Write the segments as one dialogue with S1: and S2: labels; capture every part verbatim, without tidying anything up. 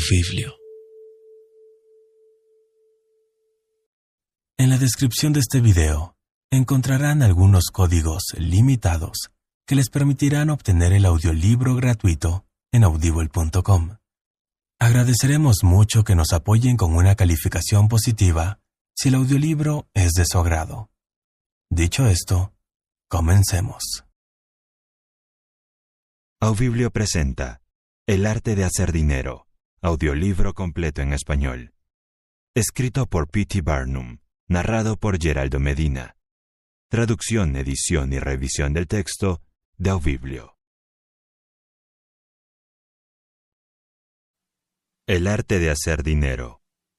S1: Auviblio. En la descripción de este video encontrarán algunos códigos limitados que les permitirán obtener el audiolibro gratuito en audible punto com. Agradeceremos mucho que nos apoyen con una calificación positiva si el audiolibro es de su agrado. Dicho esto, comencemos.
S2: Auviblio presenta El arte de hacer dinero, audiolibro completo en español. Escrito por P T Barnum, narrado por Geraldo Medina. Traducción, edición y revisión del texto de Auviblio. El arte de hacer dinero.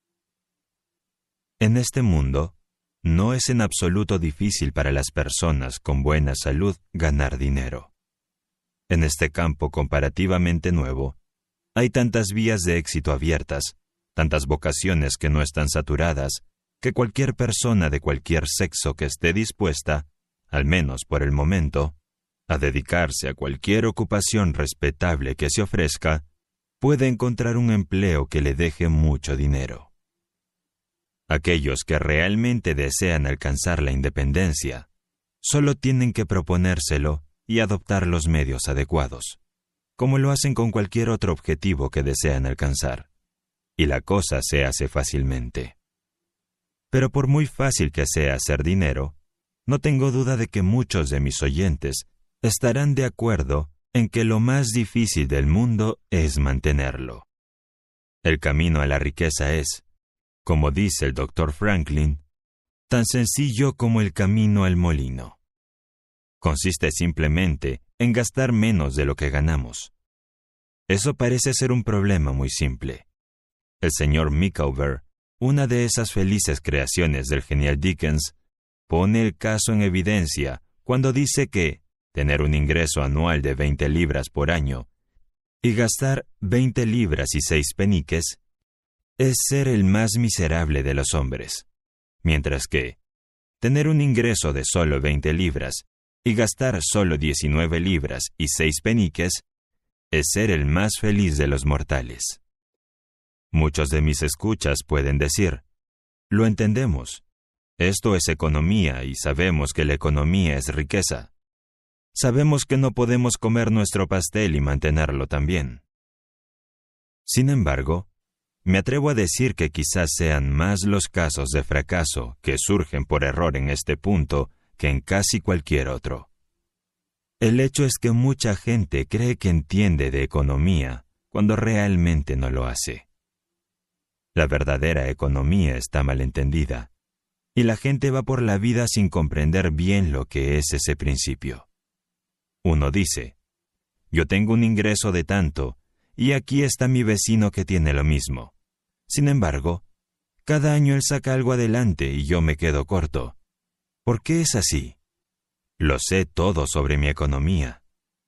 S2: En este mundo, no es en absoluto difícil para las personas con buena salud ganar dinero. En este campo comparativamente nuevo, hay tantas vías de éxito abiertas, tantas vocaciones que no están saturadas, que cualquier persona de cualquier sexo que esté dispuesta, al menos por el momento, a dedicarse a cualquier ocupación respetable que se ofrezca, puede encontrar un empleo que le deje mucho dinero. Aquellos que realmente desean alcanzar la independencia, solo tienen que proponérselo y adoptar los medios adecuados, como lo hacen con cualquier otro objetivo que desean alcanzar, y la cosa se hace fácilmente. Pero por muy fácil que sea hacer dinero, no tengo duda de que muchos de mis oyentes estarán de acuerdo en que lo más difícil del mundo es mantenerlo. El camino a la riqueza es, como dice el doctor Franklin, tan sencillo como el camino al molino. Consiste simplemente en gastar menos de lo que ganamos. Eso parece ser un problema muy simple. El señor Micawber, una de esas felices creaciones del genial Dickens, pone el caso en evidencia cuando dice que tener un ingreso anual de veinte libras por año y gastar veinte libras y seis peniques es ser el más miserable de los hombres, mientras que tener un ingreso de solo veinte libras y gastar solo diecinueve libras y seis peniques es ser el más feliz de los mortales. Muchos de mis escuchas pueden decir, lo entendemos, esto es economía y sabemos que la economía es riqueza. Sabemos que no podemos comer nuestro pastel y mantenerlo también. Sin embargo, me atrevo a decir que quizás sean más los casos de fracaso que surgen por error en este punto que en casi cualquier otro. El hecho es que mucha gente cree que entiende de economía cuando realmente no lo hace. La verdadera economía está mal entendida, y la gente va por la vida sin comprender bien lo que es ese principio. Uno dice, yo tengo un ingreso de tanto, y aquí está mi vecino que tiene lo mismo. Sin embargo, cada año él saca algo adelante y yo me quedo corto. ¿Por qué es así? Lo sé todo sobre mi economía.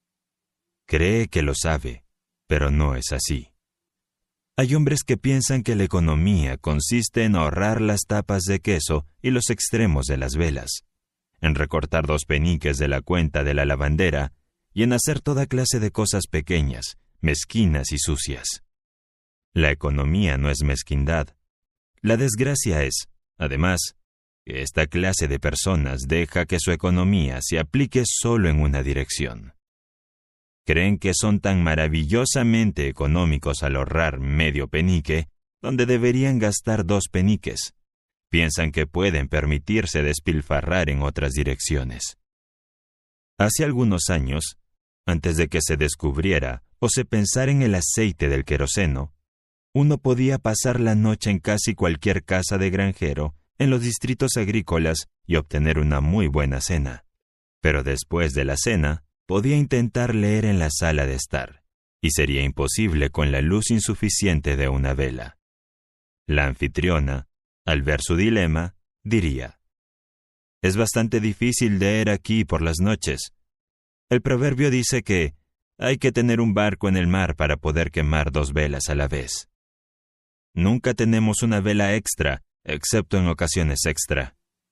S2: Cree que lo sabe, pero no es así. Hay hombres que piensan que la economía consiste en ahorrar las tapas de queso y los extremos de las velas, en recortar dos peniques de la cuenta de la lavandera y en hacer toda clase de cosas pequeñas, mezquinas y sucias. La economía no es mezquindad. La desgracia es, además, que esta clase de personas deja que su economía se aplique solo en una dirección. Creen que son tan maravillosamente económicos al ahorrar medio penique, donde deberían gastar dos peniques. Piensan que pueden permitirse despilfarrar en otras direcciones. Hace algunos años, antes de que se descubriera o se pensara en el aceite del queroseno, uno podía pasar la noche en casi cualquier casa de granjero en los distritos agrícolas y obtener una muy buena cena. Pero después de la cena, podía intentar leer en la sala de estar, y sería imposible con la luz insuficiente de una vela. La anfitriona, al ver su dilema, diría, «Es bastante difícil leer aquí por las noches. El proverbio dice que hay que tener un barco en el mar para poder quemar dos velas a la vez. Nunca tenemos una vela extra, excepto en ocasiones extra».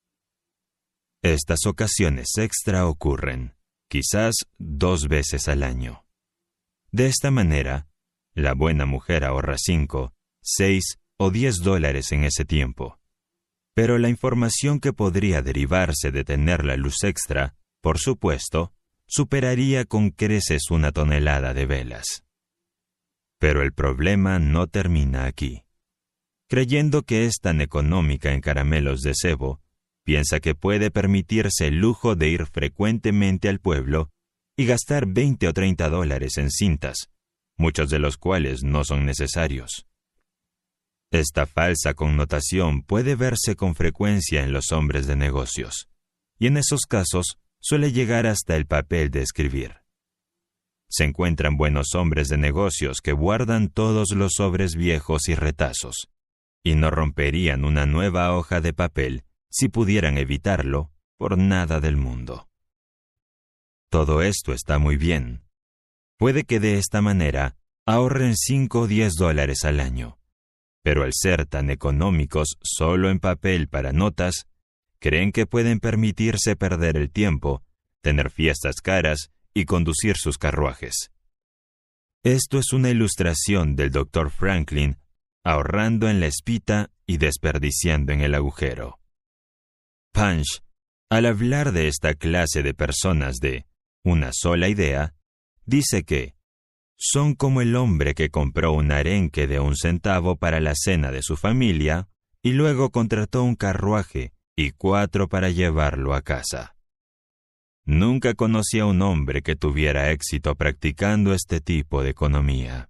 S2: Estas ocasiones extra ocurren, quizás dos veces al año. De esta manera, La buena mujer ahorra cinco, seis o diez dólares en ese tiempo. Pero la información que podría derivarse de tener la luz extra, por supuesto, superaría con creces una tonelada de velas. Pero el problema no termina aquí. Creyendo que es tan económica en caramelos de cebo, piensa que puede permitirse el lujo de ir frecuentemente al pueblo y gastar veinte o treinta dólares en cintas, muchos de los cuales no son necesarios. Esta falsa connotación puede verse con frecuencia en los hombres de negocios, y en esos casos suele llegar hasta el papel de escribir. Se encuentran buenos hombres de negocios que guardan todos los sobres viejos y retazos, y no romperían una nueva hoja de papel si pudieran evitarlo por nada del mundo. Todo esto está muy bien. Puede que de esta manera ahorren cinco o diez dólares al año, pero al ser tan económicos solo en papel para notas, creen que pueden permitirse perder el tiempo, tener fiestas caras y conducir sus carruajes. Esto es una ilustración del doctor Franklin ahorrando en la espita y desperdiciando en el agujero. Punch, al hablar de esta clase de personas de una sola idea, dice que son como el hombre que compró un arenque de un centavo para la cena de su familia y luego contrató un carruaje y cuatro para llevarlo a casa. Nunca conocí a un hombre que tuviera éxito practicando este tipo de economía.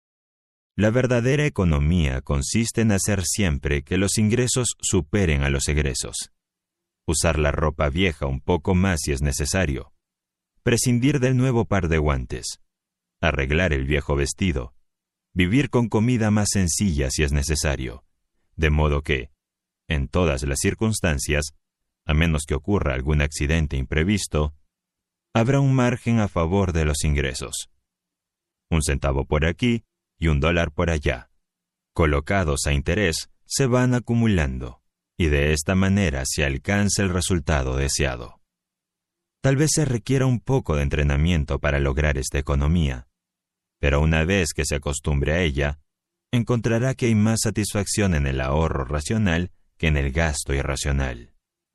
S2: La verdadera economía consiste en hacer siempre que los ingresos superen a los egresos. Usar la ropa vieja un poco más si es necesario. Prescindir del nuevo par de guantes. Arreglar el viejo vestido. Vivir con comida más sencilla si es necesario. De modo que, en todas las circunstancias, a menos que ocurra algún accidente imprevisto, habrá un margen a favor de los ingresos. Un centavo por aquí y un dólar por allá, colocados a interés, se van acumulando, y de esta manera se alcanza el resultado deseado. Tal vez se requiera un poco de entrenamiento para lograr esta economía, pero una vez que se acostumbre a ella, encontrará que hay más satisfacción en el ahorro racional que en el gasto irracional.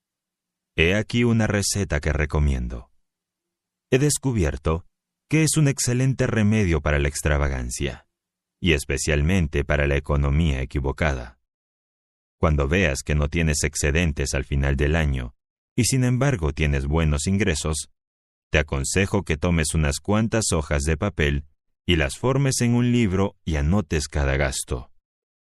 S2: He aquí una receta que recomiendo. He descubierto que es un excelente remedio para la extravagancia, y especialmente para la economía equivocada. Cuando veas que no tienes excedentes al final del año, y sin embargo tienes buenos ingresos, te aconsejo que tomes unas cuantas hojas de papel y las formes en un libro y anotes cada gasto.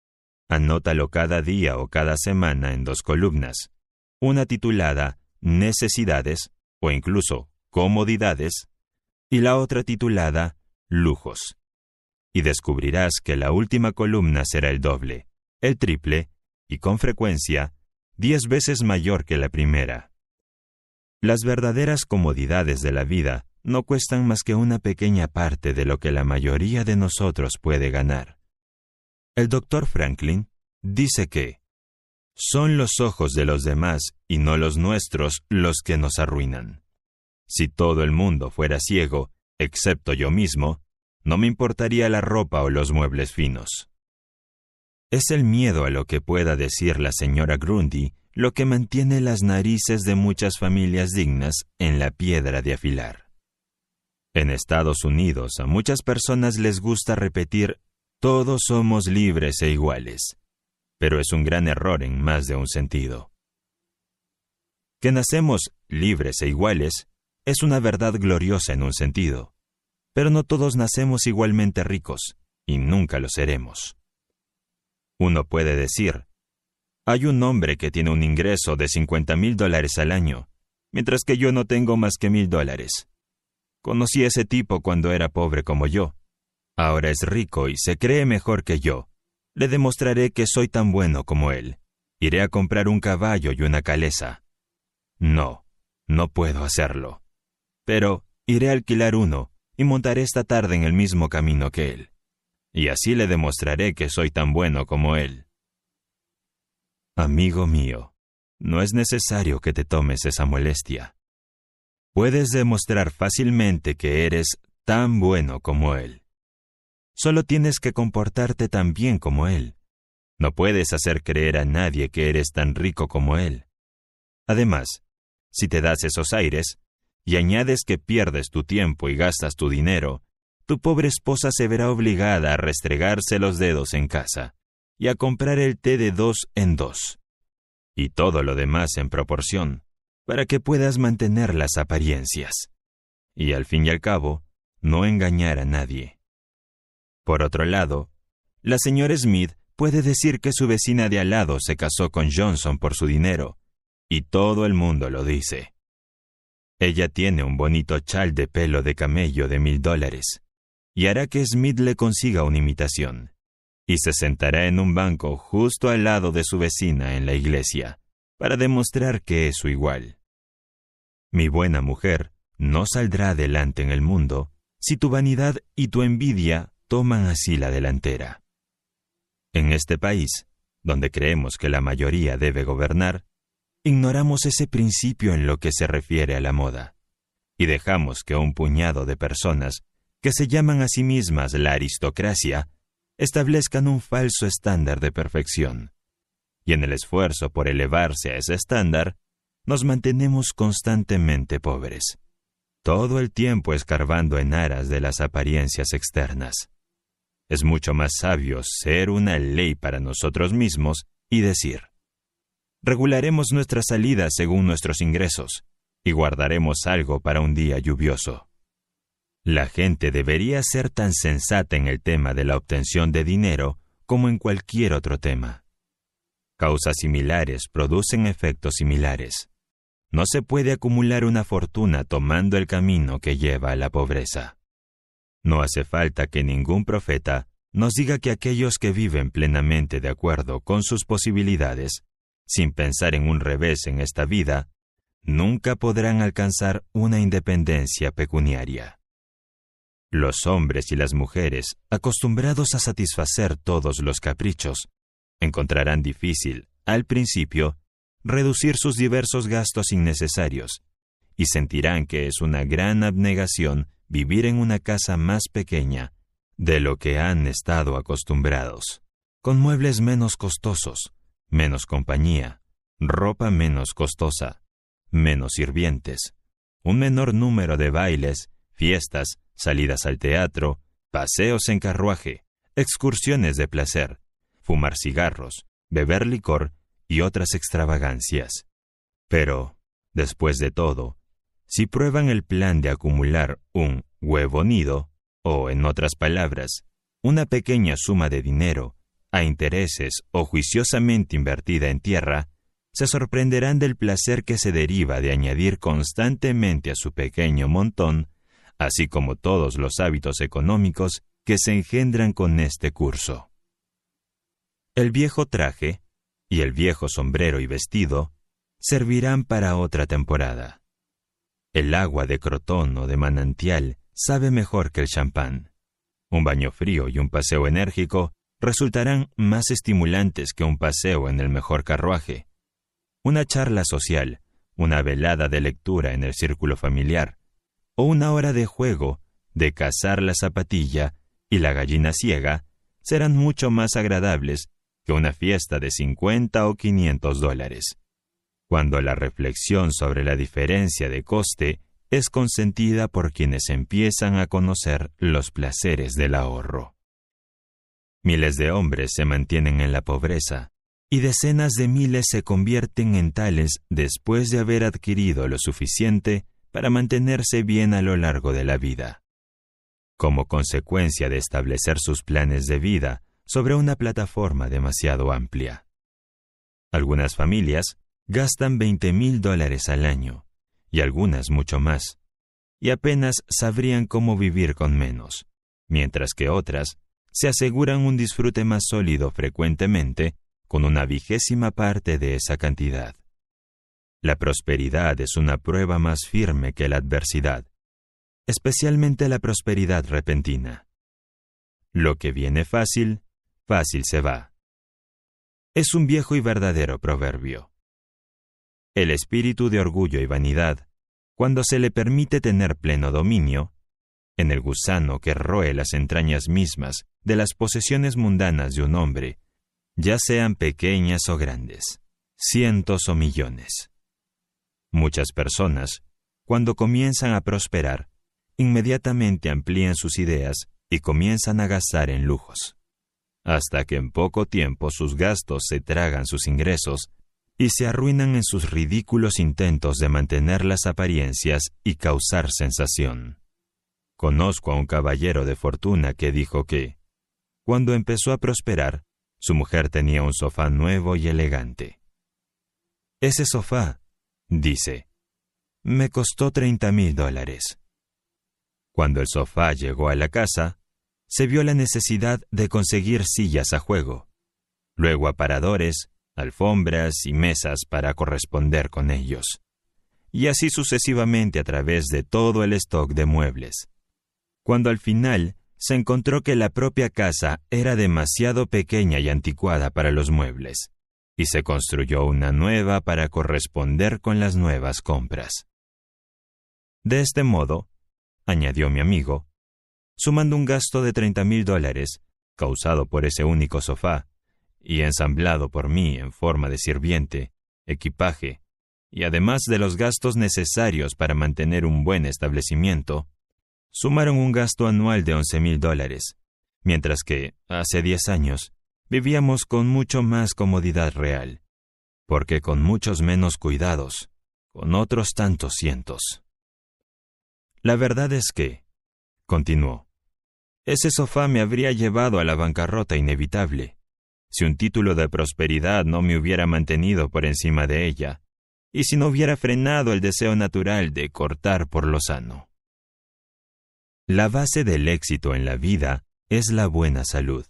S2: Anótalo cada día o cada semana en dos columnas, una titulada Necesidades o incluso Comodidades y la otra titulada Lujos. Y descubrirás que la última columna será el doble, el triple y con frecuencia diez veces mayor que la primera. Las verdaderas comodidades de la vida no cuestan más que una pequeña parte de lo que la mayoría de nosotros puede ganar. El doctor Franklin dice que son los ojos de los demás y no los nuestros los que nos arruinan. Si todo el mundo fuera ciego, excepto yo mismo, no me importaría la ropa o los muebles finos. Es el miedo a lo que pueda decir la señora Grundy lo que mantiene las narices de muchas familias dignas en la piedra de afilar. En Estados Unidos a muchas personas les gusta repetir «todos somos libres e iguales», pero es un gran error en más de un sentido. Que nacemos libres e iguales es una verdad gloriosa en un sentido, pero no todos nacemos igualmente ricos, y nunca lo seremos. Uno puede decir, hay un hombre que tiene un ingreso de cincuenta mil dólares al año, mientras que yo no tengo más que mil dólares. Conocí a ese tipo cuando era pobre como yo. Ahora es rico y se cree mejor que yo. Le demostraré que soy tan bueno como él. Iré a comprar un caballo y una calesa. No, no puedo hacerlo. Pero iré a alquilar uno y montaré esta tarde en el mismo camino que él. Y así le demostraré que soy tan bueno como él. Amigo mío, no es necesario que te tomes esa molestia. Puedes demostrar fácilmente que eres tan bueno como él. Solo tienes que comportarte tan bien como él. No puedes hacer creer a nadie que eres tan rico como él. Además, si te das esos aires, y añades que pierdes tu tiempo y gastas tu dinero, tu pobre esposa se verá obligada a restregarse los dedos en casa y a comprar el té de dos en dos, y todo lo demás en proporción, para que puedas mantener las apariencias, y al fin y al cabo, no engañar a nadie. Por otro lado, la señora Smith puede decir que su vecina de al lado se casó con Johnson por su dinero, y todo el mundo lo dice. Ella tiene un bonito chal de pelo de camello de mil dólares, y hará que Smith le consiga una imitación, y se sentará en un banco justo al lado de su vecina en la iglesia, para demostrar que es su igual. Mi buena mujer no saldrá adelante en el mundo si tu vanidad y tu envidia toman así la delantera. En este país, donde creemos que la mayoría debe gobernar, ignoramos ese principio en lo que se refiere a la moda, y dejamos que un puñado de personas que se llaman a sí mismas la aristocracia establezcan un falso estándar de perfección, y en el esfuerzo por elevarse a ese estándar, nos mantenemos constantemente pobres, todo el tiempo escarbando en aras de las apariencias externas. Es mucho más sabio ser una ley para nosotros mismos y decir: regularemos nuestras salidas según nuestros ingresos y guardaremos algo para un día lluvioso. La gente debería ser tan sensata en el tema de la obtención de dinero como en cualquier otro tema. Causas similares producen efectos similares. No se puede acumular una fortuna tomando el camino que lleva a la pobreza. No hace falta que ningún profeta nos diga que aquellos que viven plenamente de acuerdo con sus posibilidades, sin pensar en un revés en esta vida, nunca podrán alcanzar una independencia pecuniaria. Los hombres y las mujeres, acostumbrados a satisfacer todos los caprichos, encontrarán difícil, al principio, reducir sus diversos gastos innecesarios, y sentirán que es una gran abnegación vivir en una casa más pequeña de lo que han estado acostumbrados, con muebles menos costosos, menos compañía, ropa menos costosa, menos sirvientes, un menor número de bailes, fiestas, salidas al teatro, paseos en carruaje, excursiones de placer, fumar cigarros, beber licor y otras extravagancias. Pero, después de todo, si prueban el plan de acumular un huevo nido, o en otras palabras, una pequeña suma de dinero, a intereses o juiciosamente invertida en tierra, se sorprenderán del placer que se deriva de añadir constantemente a su pequeño montón, así como todos los hábitos económicos que se engendran con este curso. El viejo traje y el viejo sombrero y vestido servirán para otra temporada. El agua de crotón o de manantial sabe mejor que el champán. Un baño frío y un paseo enérgico resultarán más estimulantes que un paseo en el mejor carruaje. Una charla social, una velada de lectura en el círculo familiar, o una hora de juego, de cazar la zapatilla y la gallina ciega, serán mucho más agradables que una fiesta de cincuenta o quinientos dólares, cuando la reflexión sobre la diferencia de coste es consentida por quienes empiezan a conocer los placeres del ahorro. Miles de hombres se mantienen en la pobreza, y decenas de miles se convierten en tales después de haber adquirido lo suficiente para mantenerse bien a lo largo de la vida. Como consecuencia de establecer sus planes de vida sobre una plataforma demasiado amplia. Algunas familias gastan veinte mil dólares al año, y algunas mucho más, y apenas sabrían cómo vivir con menos, mientras que otras se aseguran un disfrute más sólido frecuentemente con una vigésima parte de esa cantidad. La prosperidad es una prueba más firme que la adversidad, especialmente la prosperidad repentina. Lo que viene fácil, fácil se va. Es un viejo y verdadero proverbio. El espíritu de orgullo y vanidad, cuando se le permite tener pleno dominio, en el gusano que roe las entrañas mismas de las posesiones mundanas de un hombre, ya sean pequeñas o grandes, cientos o millones. Muchas personas, cuando comienzan a prosperar, inmediatamente amplían sus ideas y comienzan a gastar en lujos, hasta que en poco tiempo sus gastos se tragan sus ingresos y se arruinan en sus ridículos intentos de mantener las apariencias y causar sensación. Conozco a un caballero de fortuna que dijo que, cuando empezó a prosperar, su mujer tenía un sofá nuevo y elegante. Ese sofá, dice, me costó treinta mil dólares. Cuando el sofá llegó a la casa, se vio la necesidad de conseguir sillas a juego, luego aparadores, alfombras y mesas para corresponder con ellos, y así sucesivamente a través de todo el stock de muebles. Cuando al final se encontró que la propia casa era demasiado pequeña y anticuada para los muebles, y se construyó una nueva para corresponder con las nuevas compras. De este modo, añadió mi amigo, sumando un gasto de treinta mil dólares, causado por ese único sofá, y ensamblado por mí en forma de sirviente, equipaje, y además de los gastos necesarios para mantener un buen establecimiento, sumaron un gasto anual de once mil dólares, mientras que, hace diez años, vivíamos con mucho más comodidad real, porque con muchos menos cuidados, con otros tantos cientos. La verdad es que, continuó, ese sofá me habría llevado a la bancarrota inevitable, si un título de prosperidad no me hubiera mantenido por encima de ella, y si no hubiera frenado el deseo natural de cortar por lo sano. La base del éxito en la vida es la buena salud.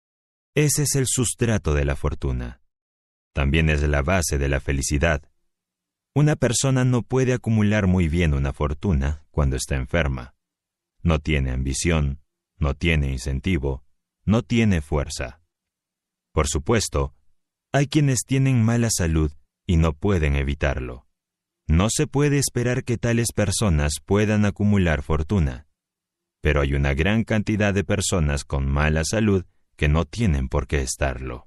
S2: Ese es el sustrato de la fortuna. También es la base de la felicidad. Una persona no puede acumular muy bien una fortuna cuando está enferma. No tiene ambición, no tiene incentivo, no tiene fuerza. Por supuesto, hay quienes tienen mala salud y no pueden evitarlo. No se puede esperar que tales personas puedan acumular fortuna. Pero hay una gran cantidad de personas con mala salud que no tienen por qué estarlo.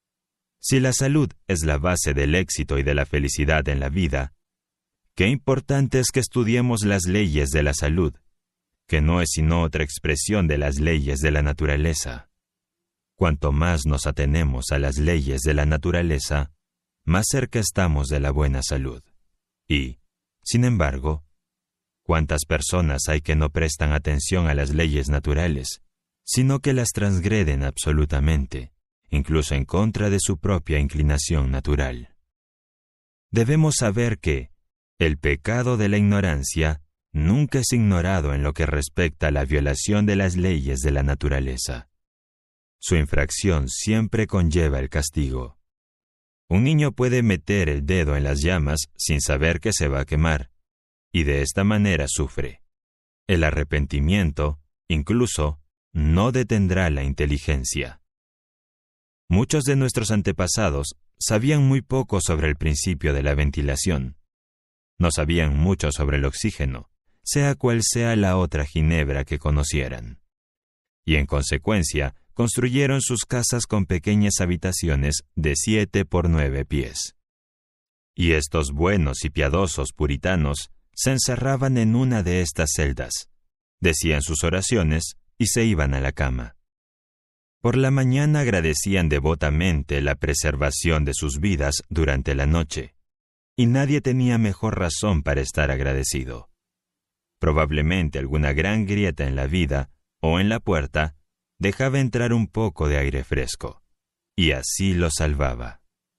S2: Si la salud es la base del éxito y de la felicidad en la vida, qué importante es que estudiemos las leyes de la salud, que no es sino otra expresión de las leyes de la naturaleza. Cuanto más nos atenemos a las leyes de la naturaleza, más cerca estamos de la buena salud. Y, sin embargo, ¿cuántas personas hay que no prestan atención a las leyes naturales, sino que las transgreden absolutamente, incluso en contra de su propia inclinación natural? Debemos saber que el pecado de la ignorancia nunca es ignorado en lo que respecta a la violación de las leyes de la naturaleza. Su infracción siempre conlleva el castigo. Un niño puede meter el dedo en las llamas sin saber que se va a quemar, y de esta manera sufre. El arrepentimiento, incluso, no detendrá la inteligencia. Muchos de nuestros antepasados sabían muy poco sobre el principio de la ventilación. No sabían mucho sobre el oxígeno, sea cual sea la otra ginebra que conocieran. Y en consecuencia, construyeron sus casas con pequeñas habitaciones de siete por nueve pies. Y estos buenos y piadosos puritanos se encerraban en una de estas celdas, decían sus oraciones y se iban a la cama. Por la mañana agradecían devotamente la preservación de sus vidas durante la noche, y nadie tenía mejor razón para estar agradecido. Probablemente alguna gran grieta en la vida o en la puerta dejaba entrar un poco de aire fresco, y así lo salvaba.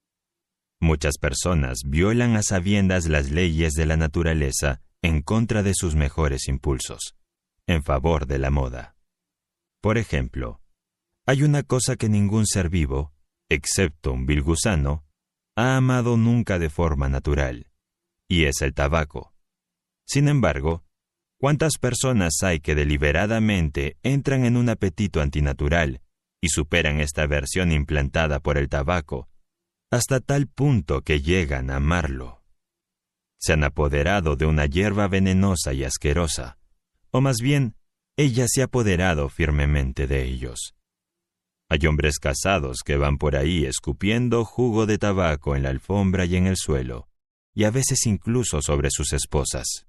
S2: Muchas personas violan a sabiendas las leyes de la naturaleza en contra de sus mejores impulsos, en favor de la moda. Por ejemplo, hay una cosa que ningún ser vivo, excepto un vil gusano, ha amado nunca de forma natural, y es el tabaco. Sin embargo, ¿cuántas personas hay que deliberadamente entran en un apetito antinatural y superan esta aversión implantada por el tabaco, hasta tal punto que llegan a amarlo? Se han apoderado de una hierba venenosa y asquerosa, o más bien, ella se ha apoderado firmemente de ellos. Hay hombres casados que van por ahí escupiendo jugo de tabaco en la alfombra y en el suelo, y a veces incluso sobre sus esposas.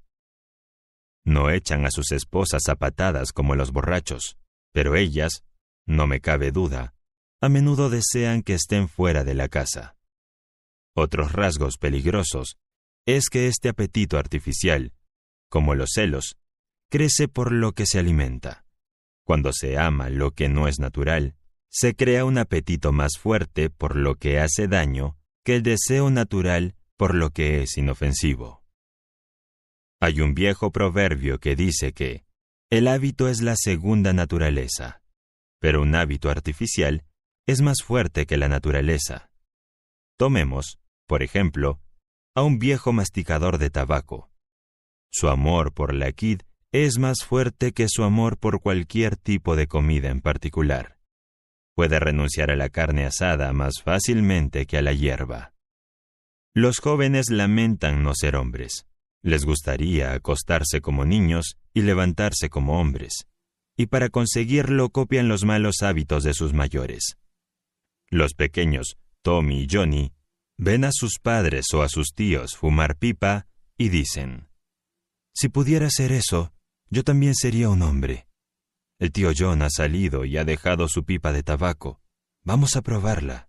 S2: No echan a sus esposas a patadas como los borrachos, pero ellas, no me cabe duda, a menudo desean que estén fuera de la casa. Otros rasgos peligrosos es que este apetito artificial, como los celos, crece por lo que se alimenta. Cuando se ama lo que no es natural, se crea un apetito más fuerte por lo que hace daño que el deseo natural por lo que es inofensivo. Hay un viejo proverbio que dice que el hábito es la segunda naturaleza, pero un hábito artificial es más fuerte que la naturaleza. Tomemos, por ejemplo, a un viejo masticador de tabaco. Su amor por la quid es más fuerte que su amor por cualquier tipo de comida en particular. Puede renunciar a la carne asada más fácilmente que a la hierba. Los jóvenes lamentan no ser hombres. Les gustaría acostarse como niños y levantarse como hombres, y para conseguirlo copian los malos hábitos de sus mayores. Los pequeños, Tommy y Johnny, ven a sus padres o a sus tíos fumar pipa y dicen: «Si pudiera hacer eso, yo también sería un hombre. El tío John ha salido y ha dejado su pipa de tabaco. Vamos a probarla».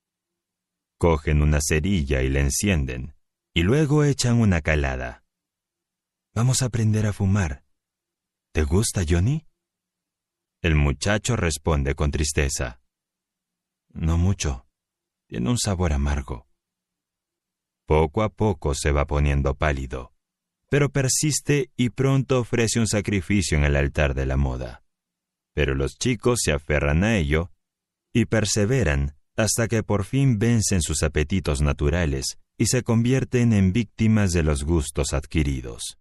S2: Cogen una cerilla y la encienden, y luego echan una calada. «Vamos a aprender a fumar. ¿Te gusta, Johnny?» El muchacho responde con tristeza: «No mucho. Tiene un sabor amargo». Poco a poco se va poniendo pálido, pero persiste y pronto ofrece un sacrificio en el altar de la moda. Pero los chicos se aferran a ello y perseveran hasta que por fin vencen sus apetitos naturales y se convierten en víctimas de los gustos adquiridos.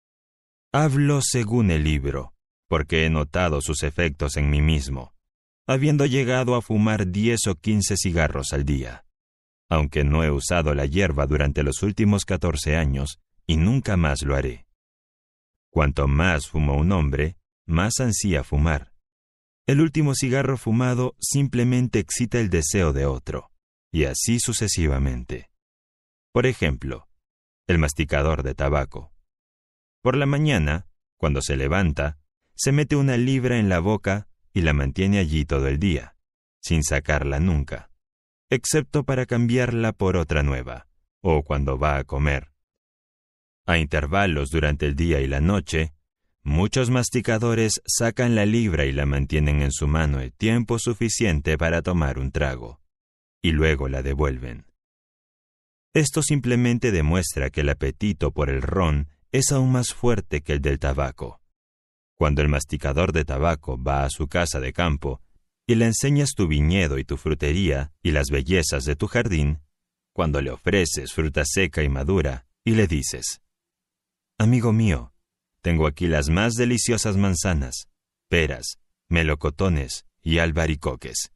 S2: Hablo según el libro, porque he notado sus efectos en mí mismo, habiendo llegado a fumar diez o quince cigarros al día, aunque no he usado la hierba durante los últimos catorce años y nunca más lo haré. Cuanto más fuma un hombre, más ansía fumar. El último cigarro fumado simplemente excita el deseo de otro, y así sucesivamente. Por ejemplo, el masticador de tabaco. Por la mañana, cuando se levanta, se mete una libra en la boca y la mantiene allí todo el día, sin sacarla nunca, excepto para cambiarla por otra nueva, o cuando va a comer. A intervalos durante el día y la noche, muchos masticadores sacan la libra y la mantienen en su mano el tiempo suficiente para tomar un trago, y luego la devuelven. Esto simplemente demuestra que el apetito por el ron es aún más fuerte que el del tabaco. Cuando el masticador de tabaco va a su casa de campo y le enseñas tu viñedo y tu frutería y las bellezas de tu jardín, cuando le ofreces fruta seca y madura y le dices: «Amigo mío, tengo aquí las más deliciosas manzanas, peras, melocotones y albaricoques.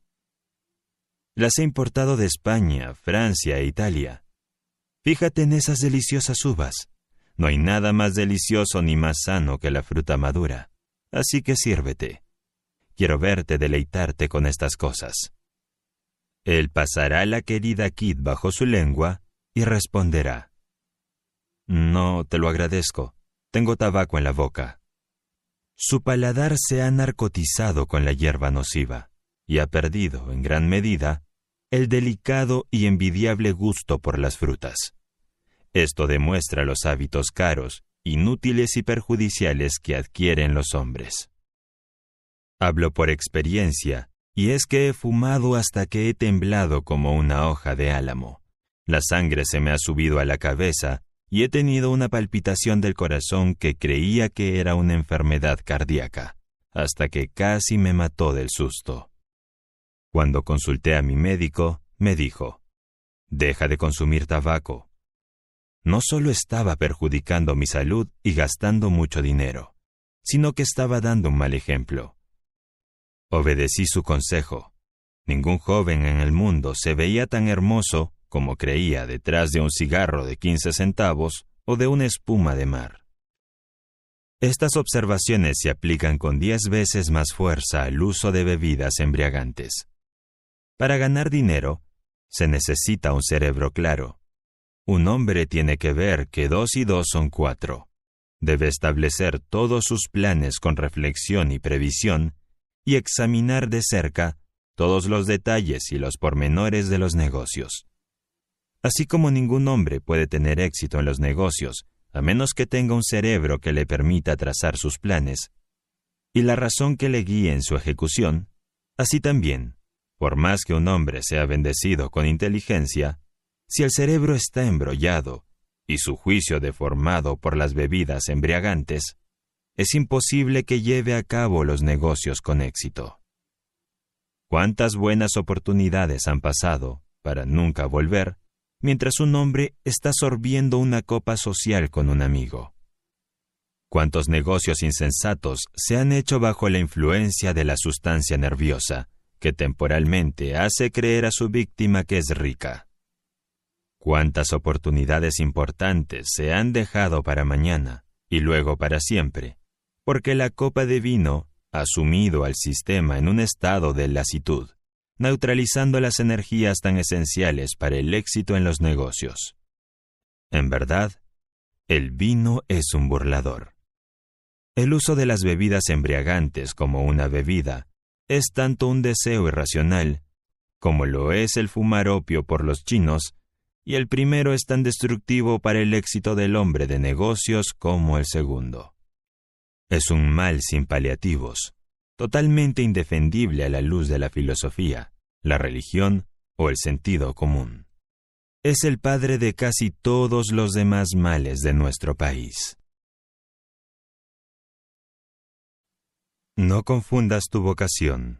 S2: Las he importado de España, Francia e Italia. Fíjate en esas deliciosas uvas. No hay nada más delicioso ni más sano que la fruta madura. Así que sírvete. Quiero verte deleitarte con estas cosas». Él pasará la querida quid bajo su lengua y responderá: «No, te lo agradezco. Tengo tabaco en la boca». Su paladar se ha narcotizado con la hierba nociva y ha perdido, en gran medida, el delicado y envidiable gusto por las frutas. Esto demuestra los hábitos caros, inútiles y perjudiciales que adquieren los hombres. Hablo por experiencia, y es que he fumado hasta que he temblado como una hoja de álamo. La sangre se me ha subido a la cabeza y he tenido una palpitación del corazón que creía que era una enfermedad cardíaca, hasta que casi me mató del susto. Cuando consulté a mi médico, me dijo: «Deja de consumir tabaco». No solo estaba perjudicando mi salud y gastando mucho dinero, sino que estaba dando un mal ejemplo. Obedecí su consejo. Ningún joven en el mundo se veía tan hermoso como creía detrás de un cigarro de quince centavos o de una espuma de mar. Estas observaciones se aplican con diez veces más fuerza al uso de bebidas embriagantes. Para ganar dinero, se necesita un cerebro claro. Un hombre tiene que ver que dos y dos son cuatro. Debe establecer todos sus planes con reflexión y previsión y examinar de cerca todos los detalles y los pormenores de los negocios. Así como ningún hombre puede tener éxito en los negocios a menos que tenga un cerebro que le permita trazar sus planes y la razón que le guíe en su ejecución, así también, por más que un hombre sea bendecido con inteligencia, si el cerebro está embrollado y su juicio deformado por las bebidas embriagantes, es imposible que lleve a cabo los negocios con éxito. ¿Cuántas buenas oportunidades han pasado para nunca volver mientras un hombre está sorbiendo una copa social con un amigo? ¿Cuántos negocios insensatos se han hecho bajo la influencia de la sustancia nerviosa que temporalmente hace creer a su víctima que es rica? ¿Cuántas oportunidades importantes se han dejado para mañana y luego para siempre, porque la copa de vino ha sumido al sistema en un estado de lasitud, neutralizando las energías tan esenciales para el éxito en los negocios? En verdad, el vino es un burlador. El uso de las bebidas embriagantes como una bebida es tanto un deseo irracional como lo es el fumar opio por los chinos, y el primero es tan destructivo para el éxito del hombre de negocios como el segundo. Es un mal sin paliativos, totalmente indefendible a la luz de la filosofía, la religión o el sentido común. Es el padre de casi todos los demás males de nuestro país. No confundas tu vocación.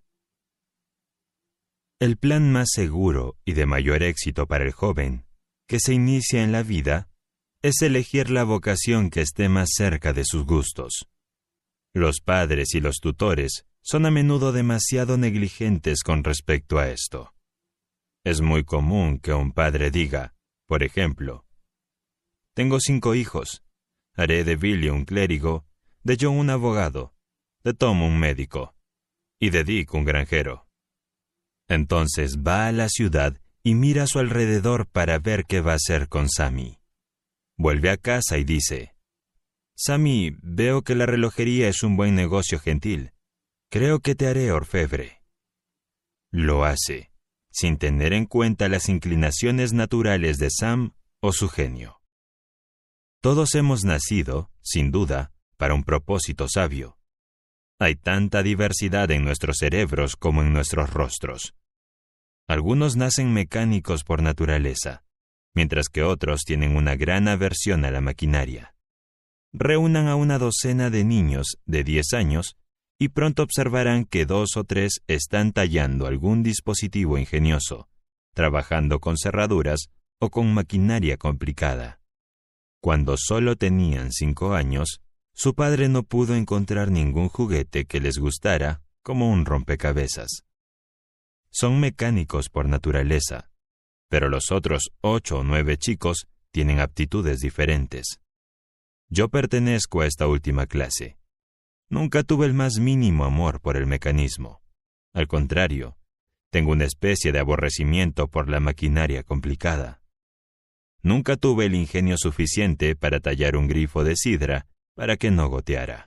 S2: El plan más seguro y de mayor éxito para el joven que se inicia en la vida es elegir la vocación que esté más cerca de sus gustos. Los padres y los tutores son a menudo demasiado negligentes con respecto a esto. Es muy común que un padre diga, por ejemplo, «Tengo cinco hijos, haré de Billy un clérigo, de John un abogado, de Tom un médico y de Dick un granjero». Entonces va a la ciudad y mira a su alrededor para ver qué va a hacer con Sammy. Vuelve a casa y dice, «Sammy, veo que la relojería es un buen negocio gentil. Creo que te haré orfebre». Lo hace, sin tener en cuenta las inclinaciones naturales de Sam o su genio. Todos hemos nacido, sin duda, para un propósito sabio. Hay tanta diversidad en nuestros cerebros como en nuestros rostros. Algunos nacen mecánicos por naturaleza, mientras que otros tienen una gran aversión a la maquinaria. Reúnan a una docena de niños de diez años y pronto observarán que dos o tres están tallando algún dispositivo ingenioso, trabajando con cerraduras o con maquinaria complicada. Cuando solo tenían cinco años, su padre no pudo encontrar ningún juguete que les gustara como un rompecabezas. Son mecánicos por naturaleza, pero los otros ocho o nueve chicos tienen aptitudes diferentes. Yo pertenezco a esta última clase. Nunca tuve el más mínimo amor por el mecanismo. Al contrario, tengo una especie de aborrecimiento por la maquinaria complicada. Nunca tuve el ingenio suficiente para tallar un grifo de sidra para que no goteara.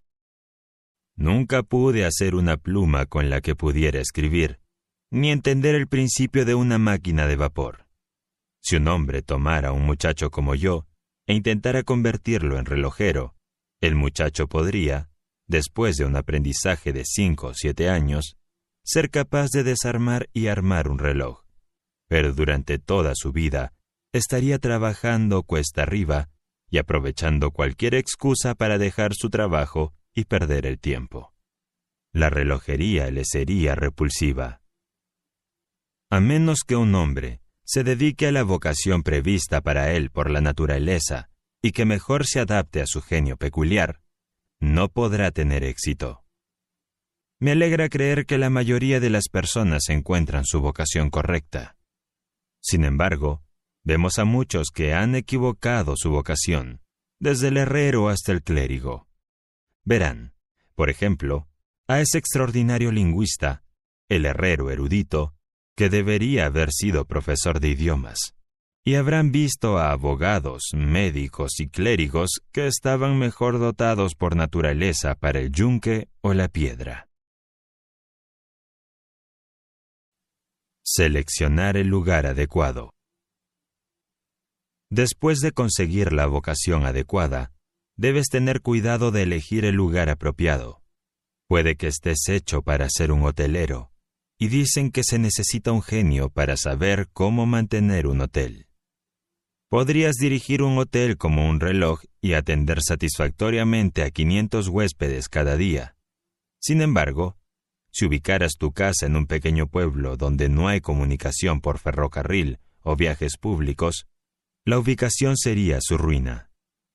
S2: Nunca pude hacer una pluma con la que pudiera escribir, ni entender el principio de una máquina de vapor. Si un hombre tomara a un muchacho como yo e intentara convertirlo en relojero, el muchacho podría, después de un aprendizaje de cinco o siete años, ser capaz de desarmar y armar un reloj, pero durante toda su vida estaría trabajando cuesta arriba y aprovechando cualquier excusa para dejar su trabajo y perder el tiempo. La relojería le sería repulsiva. A menos que un hombre se dedique a la vocación prevista para él por la naturaleza y que mejor se adapte a su genio peculiar, no podrá tener éxito. Me alegra creer que la mayoría de las personas encuentran su vocación correcta. Sin embargo, vemos a muchos que han equivocado su vocación, desde el herrero hasta el clérigo. Verán, por ejemplo, a ese extraordinario lingüista, el herrero erudito, que debería haber sido profesor de idiomas, y habrán visto a abogados, médicos y clérigos que estaban mejor dotados por naturaleza para el yunque o la piedra. Seleccionar el lugar adecuado. Después de conseguir la vocación adecuada, debes tener cuidado de elegir el lugar apropiado. Puede que estés hecho para ser un hotelero, y dicen que se necesita un genio para saber cómo mantener un hotel. Podrías dirigir un hotel como un reloj y atender satisfactoriamente a quinientos huéspedes cada día. Sin embargo, si ubicaras tu casa en un pequeño pueblo donde no hay comunicación por ferrocarril o viajes públicos, la ubicación sería su ruina.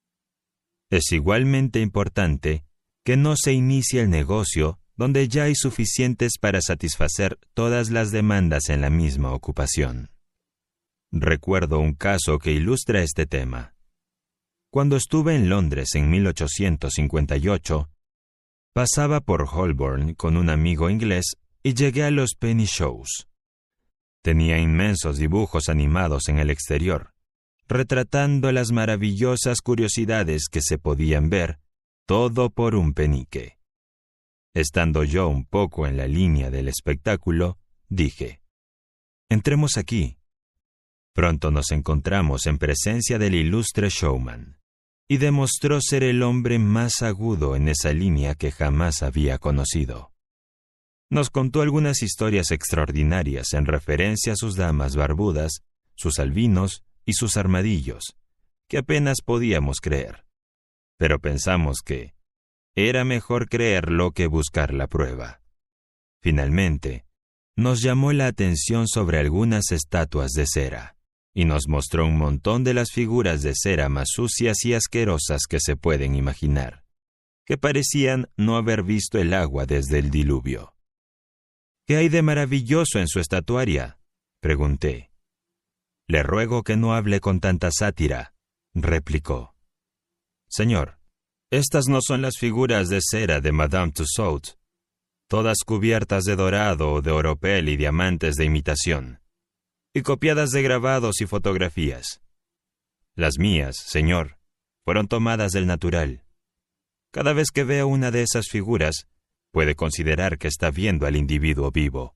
S2: Es igualmente importante que no se inicie el negocio donde ya hay suficientes para satisfacer todas las demandas en la misma ocupación. Recuerdo un caso que ilustra este tema. Cuando estuve en Londres en mil ochocientos cincuenta y ocho, pasaba por Holborn con un amigo inglés y llegué a los penny shows. Tenía inmensos dibujos animados en el exterior, retratando las maravillosas curiosidades que se podían ver, todo por un penique. Estando yo un poco en la línea del espectáculo, dije: «Entremos aquí». Pronto nos encontramos en presencia del ilustre showman, y demostró ser el hombre más agudo en esa línea que jamás había conocido. Nos contó algunas historias extraordinarias en referencia a sus damas barbudas, sus albinos y sus armadillos, que apenas podíamos creer. Pero pensamos que era mejor creerlo que buscar la prueba. Finalmente, nos llamó la atención sobre algunas estatuas de cera, y nos mostró un montón de las figuras de cera más sucias y asquerosas que se pueden imaginar, que parecían no haber visto el agua desde el diluvio. «¿Qué hay de maravilloso en su estatuaria?», pregunté. «Le ruego que no hable con tanta sátira», replicó. «Señor, estas no son las figuras de cera de Madame Tussaud, todas cubiertas de dorado o de oropel y diamantes de imitación, y copiadas de grabados y fotografías. Las mías, señor, fueron tomadas del natural. Cada vez que veo una de esas figuras, puede considerar que está viendo al individuo vivo».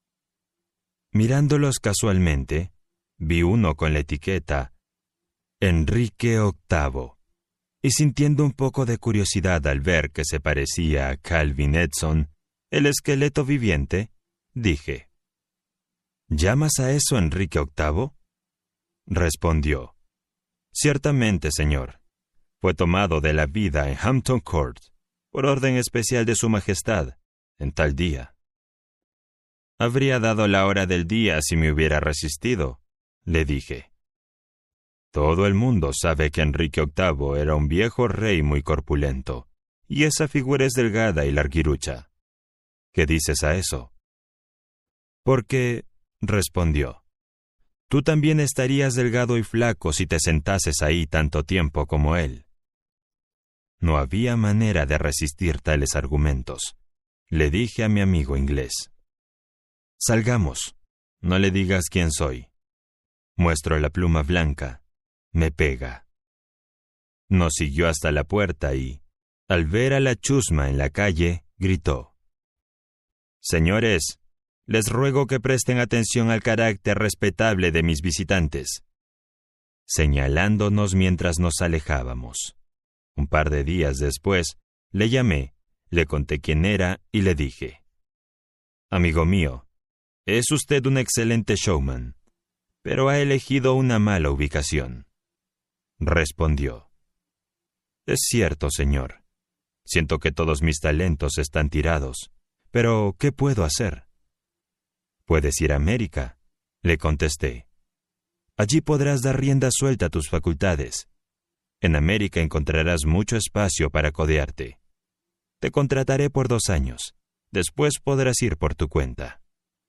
S2: Mirándolos casualmente, vi uno con la etiqueta Enrique octavo, y sintiendo un poco de curiosidad al ver que se parecía a Calvin Edson, el esqueleto viviente, dije: «¿Llamas a eso Enrique octavo?» Respondió: «Ciertamente, señor. Fue tomado de la vida en Hampton Court, por orden especial de su majestad, en tal día». «Habría dado la hora del día si me hubiera resistido», le dije. «Todo el mundo sabe que Enrique octavo era un viejo rey muy corpulento, y esa figura es delgada y larguirucha. ¿Qué dices a eso?» «Porque», respondió, «tú también estarías delgado y flaco si te sentases ahí tanto tiempo como él». No había manera de resistir tales argumentos. Le dije a mi amigo inglés: «Salgamos, no le digas quién soy». Muestro la pluma blanca. Me pega. Nos siguió hasta la puerta y, al ver a la chusma en la calle, gritó: «Señores, les ruego que presten atención al carácter respetable de mis visitantes», señalándonos mientras nos alejábamos. Un par de días después, le llamé, le conté quién era y le dije: «Amigo mío, es usted un excelente showman, pero ha elegido una mala ubicación». Respondió: «Es cierto, señor. Siento que todos mis talentos están tirados, pero ¿qué puedo hacer?» «Puedes ir a América», le contesté. «Allí podrás dar rienda suelta a tus facultades. En América encontrarás mucho espacio para codearte. Te contrataré por dos años. Después podrás ir por tu cuenta».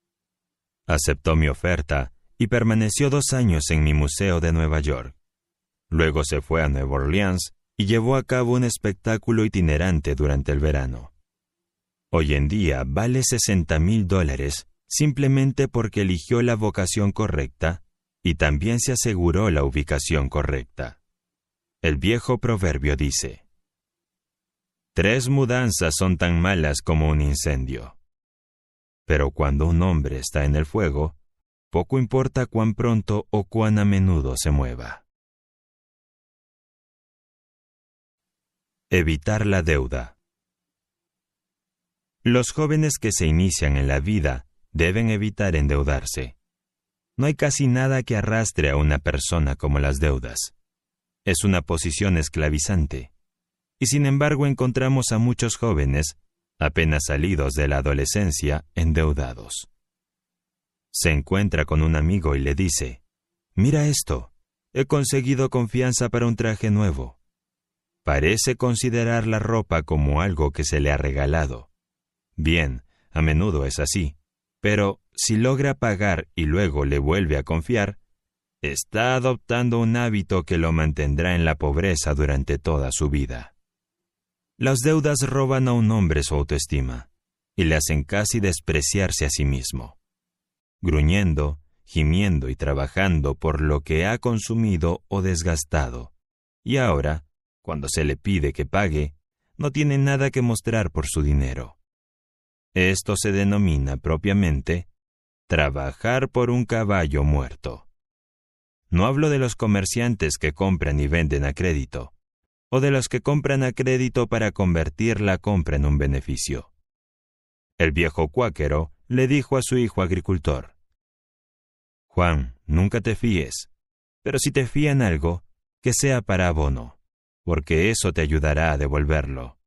S2: Aceptó mi oferta y permaneció dos años en mi museo de Nueva York. Luego se fue a Nueva Orleans y llevó a cabo un espectáculo itinerante durante el verano. Hoy en día vale sesenta mil dólares simplemente porque eligió la vocación correcta y también se aseguró la ubicación correcta. El viejo proverbio dice: tres mudanzas son tan malas como un incendio. Pero cuando un hombre está en el fuego, poco importa cuán pronto o cuán a menudo se mueva. Evitar la deuda. Los jóvenes que se inician en la vida deben evitar endeudarse. No hay casi nada que arrastre a una persona como las deudas. Es una posición esclavizante. Y sin embargo encontramos a muchos jóvenes, apenas salidos de la adolescencia, endeudados. Se encuentra con un amigo y le dice: «Mira esto, he conseguido confianza para un traje nuevo». Parece considerar la ropa como algo que se le ha regalado. Bien, a menudo es así, pero si logra pagar y luego le vuelve a confiar, está adoptando un hábito que lo mantendrá en la pobreza durante toda su vida. Las deudas roban a un hombre su autoestima y le hacen casi despreciarse a sí mismo. Gruñendo, gimiendo y trabajando por lo que ha consumido o desgastado, y ahora, cuando se le pide que pague, no tiene nada que mostrar por su dinero. Esto se denomina propiamente trabajar por un caballo muerto. No hablo de los comerciantes que compran y venden a crédito, o de los que compran a crédito para convertir la compra en un beneficio. El viejo cuáquero le dijo a su hijo agricultor: «Juan, nunca te fíes, pero si te fían algo, que sea para abono, porque eso te ayudará a devolverlo».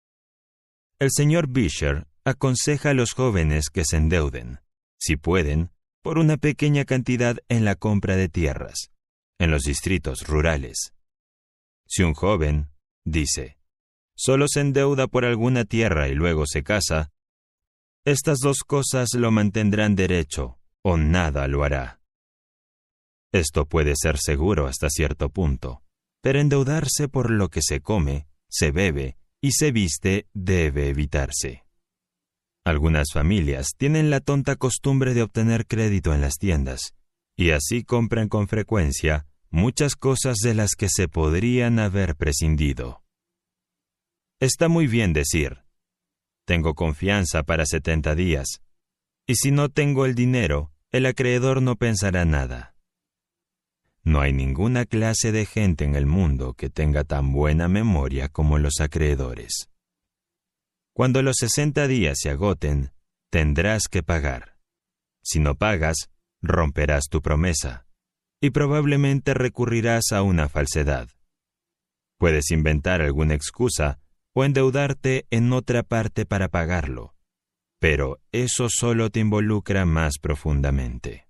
S2: El señor Beecher aconseja a los jóvenes que se endeuden, si pueden, por una pequeña cantidad en la compra de tierras, en los distritos rurales. Si un joven, dice, solo se endeuda por alguna tierra y luego se casa, estas dos cosas lo mantendrán derecho o nada lo hará. Esto puede ser seguro hasta cierto punto, pero endeudarse por lo que se come, se bebe y se viste debe evitarse. Algunas familias tienen la tonta costumbre de obtener crédito en las tiendas, y así compran con frecuencia muchas cosas de las que se podrían haber prescindido. Está muy bien decir: «Tengo confianza para setenta días, y si no tengo el dinero, el acreedor no pensará nada». No hay ninguna clase de gente en el mundo que tenga tan buena memoria como los acreedores. Cuando los sesenta días se agoten, tendrás que pagar. Si no pagas, romperás tu promesa, y probablemente recurrirás a una falsedad. Puedes inventar alguna excusa o endeudarte en otra parte para pagarlo, pero eso solo te involucra más profundamente.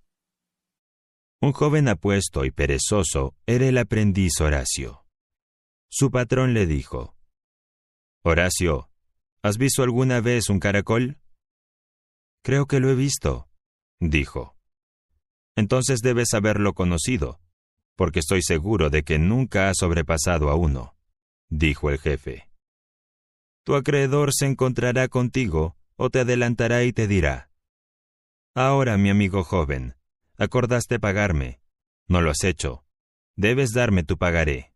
S2: Un joven apuesto y perezoso era el aprendiz Horacio. Su patrón le dijo: «Horacio, ¿has visto alguna vez un caracol?» «Creo que lo he visto», dijo. «Entonces debes haberlo conocido, porque estoy seguro de que nunca has sobrepasado a uno», dijo el jefe. «Tu acreedor se encontrará contigo o te adelantará y te dirá: «Ahora, mi amigo joven, acordaste pagarme. No lo has hecho. Debes darme tu pagaré».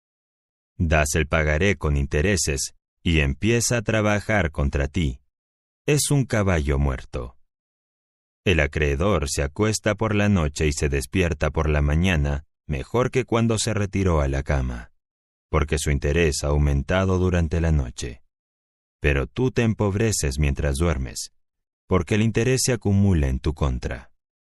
S2: Das el pagaré con intereses y empieza a trabajar contra ti. Es un caballo muerto. El acreedor se acuesta por la noche y se despierta por la mañana mejor que cuando se retiró a la cama, porque su interés ha aumentado durante la noche. Pero tú te empobreces mientras duermes, porque el interés se acumula en tu contra.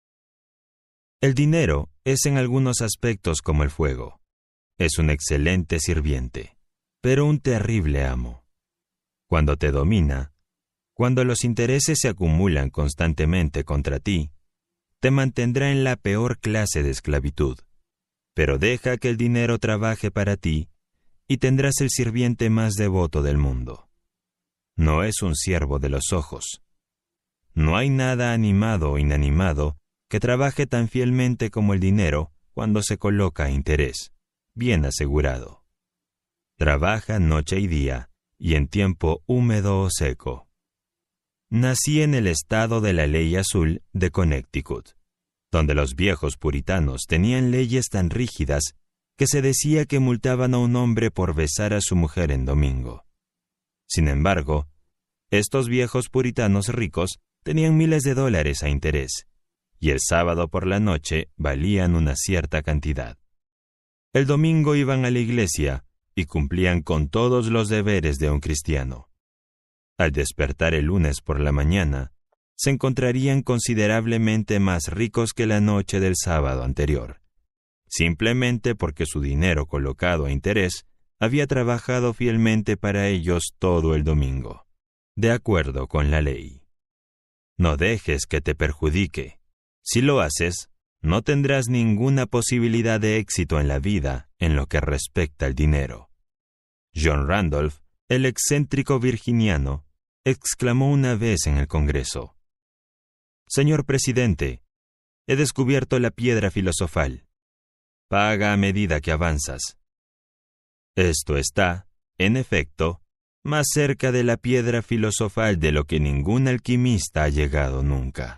S2: El dinero es en algunos aspectos como el fuego. Es un excelente sirviente, pero un terrible amo. Cuando te domina, cuando los intereses se acumulan constantemente contra ti, te mantendrá en la peor clase de esclavitud. Pero deja que el dinero trabaje para ti y tendrás el sirviente más devoto del mundo. No es un siervo de los ojos. No hay nada animado o inanimado que trabaje tan fielmente como el dinero cuando se coloca a interés, bien asegurado. Trabaja noche y día, y en tiempo húmedo o seco. Nací en el estado de la Ley Azul de Connecticut, donde los viejos puritanos tenían leyes tan rígidas que se decía que multaban a un hombre por besar a su mujer en domingo. Sin embargo, estos viejos puritanos ricos tenían miles de dólares a interés, y el sábado por la noche valían una cierta cantidad. El domingo iban a la iglesia y cumplían con todos los deberes de un cristiano. Al despertar el lunes por la mañana, se encontrarían considerablemente más ricos que la noche del sábado anterior, simplemente porque su dinero colocado a interés había trabajado fielmente para ellos todo el domingo, de acuerdo con la ley. No dejes que te perjudique. Si lo haces, no tendrás ninguna posibilidad de éxito en la vida en lo que respecta al dinero. John Randolph, el excéntrico virginiano, exclamó una vez en el Congreso: «Señor presidente, he descubierto la piedra filosofal. Paga a medida que avanzas». Esto está, en efecto, más cerca de la piedra filosofal de lo que ningún alquimista ha llegado nunca.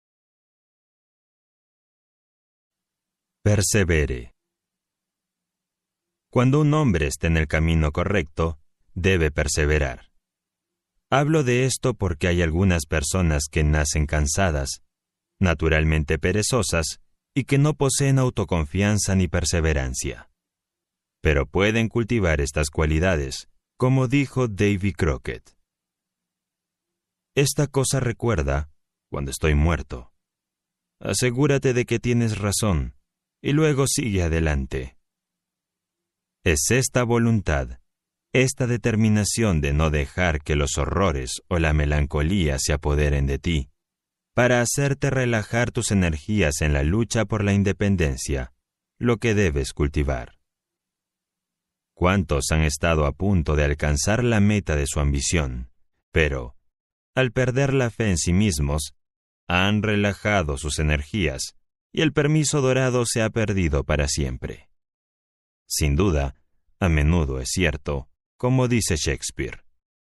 S2: Persevere. Cuando un hombre esté en el camino correcto, debe perseverar. Hablo de esto porque hay algunas personas que nacen cansadas, naturalmente perezosas, y que no poseen autoconfianza ni perseverancia. Pero pueden cultivar estas cualidades, como dijo Davy Crockett. Esta cosa recuerda cuando estoy muerto. Asegúrate de que tienes razón, y luego sigue adelante. Es esta voluntad, esta determinación de no dejar que los horrores o la melancolía se apoderen de ti, para hacerte relajar tus energías en la lucha por la independencia, lo que debes cultivar. ¿Cuántos han estado a punto de alcanzar la meta de su ambición, pero, al perder la fe en sí mismos, han relajado sus energías y el permiso dorado se ha perdido para siempre? Sin duda, a menudo es cierto, como dice Shakespeare.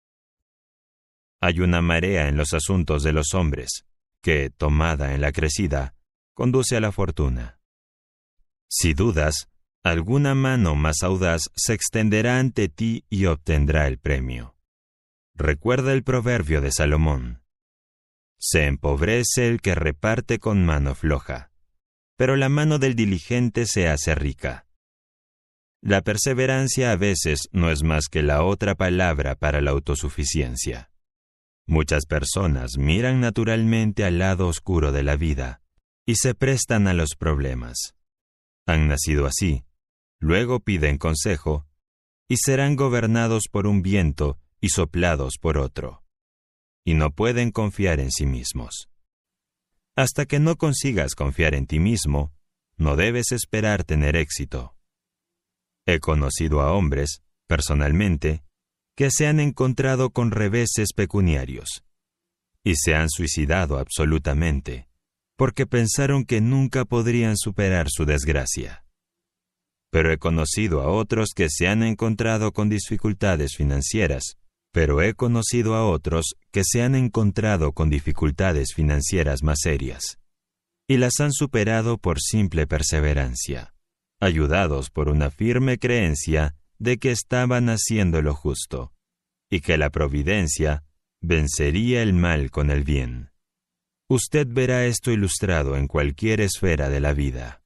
S2: Hay una marea en los asuntos de los hombres, que, tomada en la crecida, conduce a la fortuna. Si dudas, alguna mano más audaz se extenderá ante ti y obtendrá el premio. Recuerda el proverbio de Salomón: se empobrece el que reparte con mano floja, pero la mano del diligente se hace rica. La perseverancia a veces no es más que la otra palabra para la autosuficiencia. Muchas personas miran naturalmente al lado oscuro de la vida y se prestan a los problemas. Han nacido así, luego piden consejo y serán gobernados por un viento y soplados por otro, y no pueden confiar en sí mismos. Hasta que no consigas confiar en ti mismo, no debes esperar tener éxito. He conocido a hombres, personalmente, que se han encontrado con reveses pecuniarios, y se han suicidado absolutamente, porque pensaron que nunca podrían superar su desgracia. Pero he conocido a otros que se han encontrado con dificultades financieras, pero he conocido a otros que se han encontrado con dificultades financieras más serias, y las han superado por simple perseverancia, ayudados por una firme creencia de que estaban haciendo lo justo, y que la providencia vencería el mal con el bien. Usted verá esto ilustrado en cualquier esfera de la vida.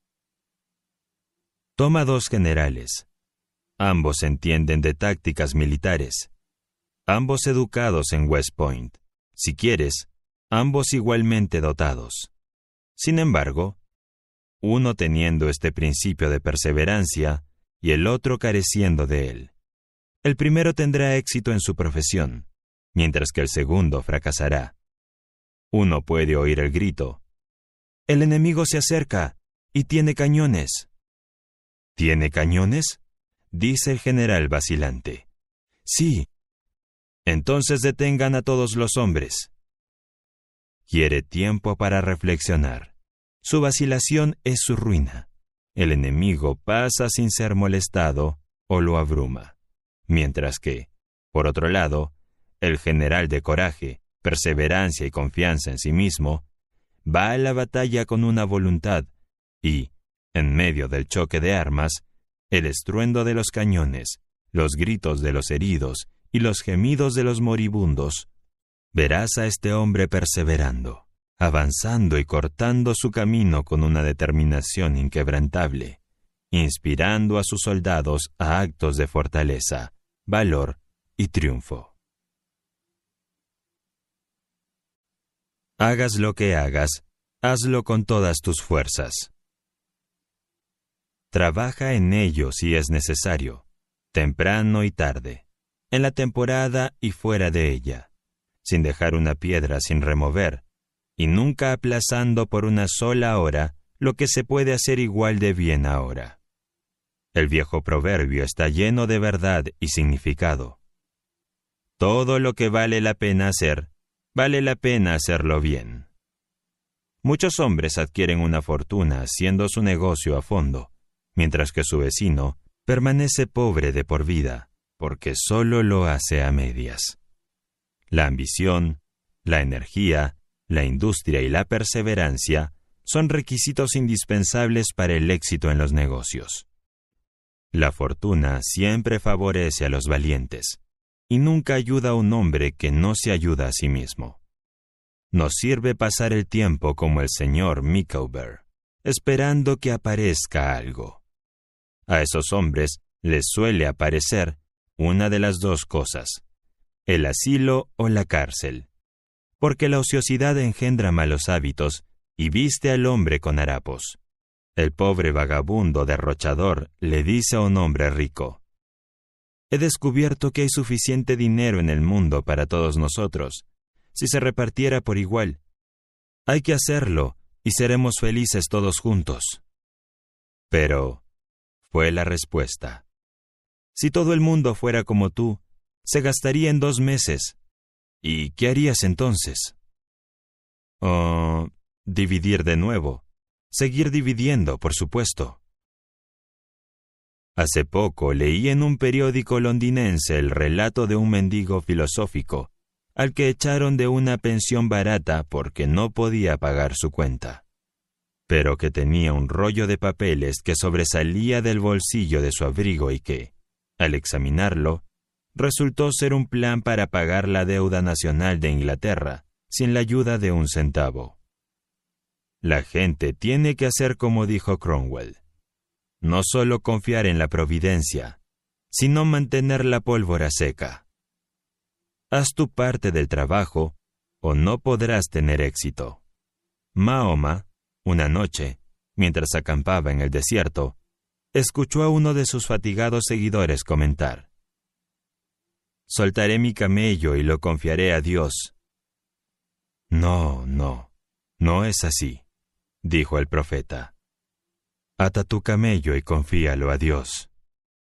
S2: Toma dos generales. Ambos entienden de tácticas militares. Ambos educados en West Point. Si quieres, ambos igualmente dotados. Sin embargo, uno teniendo este principio de perseverancia y el otro careciendo de él. El primero tendrá éxito en su profesión, mientras que el segundo fracasará. Uno puede oír el grito: «El enemigo se acerca y tiene cañones». «¿Tiene cañones?», dice el general vacilante. «Sí». «Entonces detengan a todos los hombres». Quiere tiempo para reflexionar. Su vacilación es su ruina. El enemigo pasa sin ser molestado o lo abruma. Mientras que, por otro lado, el general de coraje, perseverancia y confianza en sí mismo, va a la batalla con una voluntad y, en medio del choque de armas, el estruendo de los cañones, los gritos de los heridos y los gemidos de los moribundos, verás a este hombre perseverando, avanzando y cortando su camino con una determinación inquebrantable, inspirando a sus soldados a actos de fortaleza, valor y triunfo. Hagas lo que hagas, hazlo con todas tus fuerzas. Trabaja en ello si es necesario, temprano y tarde, en la temporada y fuera de ella, sin dejar una piedra sin remover, y nunca aplazando por una sola hora lo que se puede hacer igual de bien ahora. El viejo proverbio está lleno de verdad y significado. Todo lo que vale la pena hacer, vale la pena hacerlo bien. Muchos hombres adquieren una fortuna haciendo su negocio a fondo, mientras que su vecino permanece pobre de por vida, porque solo lo hace a medias. La ambición, la energía, la industria y la perseverancia son requisitos indispensables para el éxito en los negocios. La fortuna siempre favorece a los valientes, y nunca ayuda a un hombre que no se ayuda a sí mismo. Nos sirve pasar el tiempo como el señor Micawber, esperando que aparezca algo. A esos hombres les suele aparecer una de las dos cosas, el asilo o la cárcel, porque la ociosidad engendra malos hábitos y viste al hombre con harapos. El pobre vagabundo derrochador le dice a un hombre rico: «He descubierto que hay suficiente dinero en el mundo para todos nosotros, si se repartiera por igual. Hay que hacerlo y seremos felices todos juntos». Pero, fue la respuesta, si todo el mundo fuera como tú, se gastaría en dos meses. ¿Y qué harías entonces? Oh, dividir de nuevo. Seguir dividiendo, por supuesto. Hace poco leí en un periódico londinense el relato de un mendigo filosófico, al que echaron de una pensión barata porque no podía pagar su cuenta, pero que tenía un rollo de papeles que sobresalía del bolsillo de su abrigo y que, al examinarlo, resultó ser un plan para pagar la deuda nacional de Inglaterra, sin la ayuda de un centavo. La gente tiene que hacer como dijo Cromwell, no solo confiar en la providencia, sino mantener la pólvora seca. Haz tu parte del trabajo, o no podrás tener éxito. Mahoma, una noche, mientras acampaba en el desierto, escuchó a uno de sus fatigados seguidores comentar: «Soltaré mi camello y lo confiaré a Dios». «No, no, no es así», dijo el profeta. «Ata tu camello y confíalo a Dios».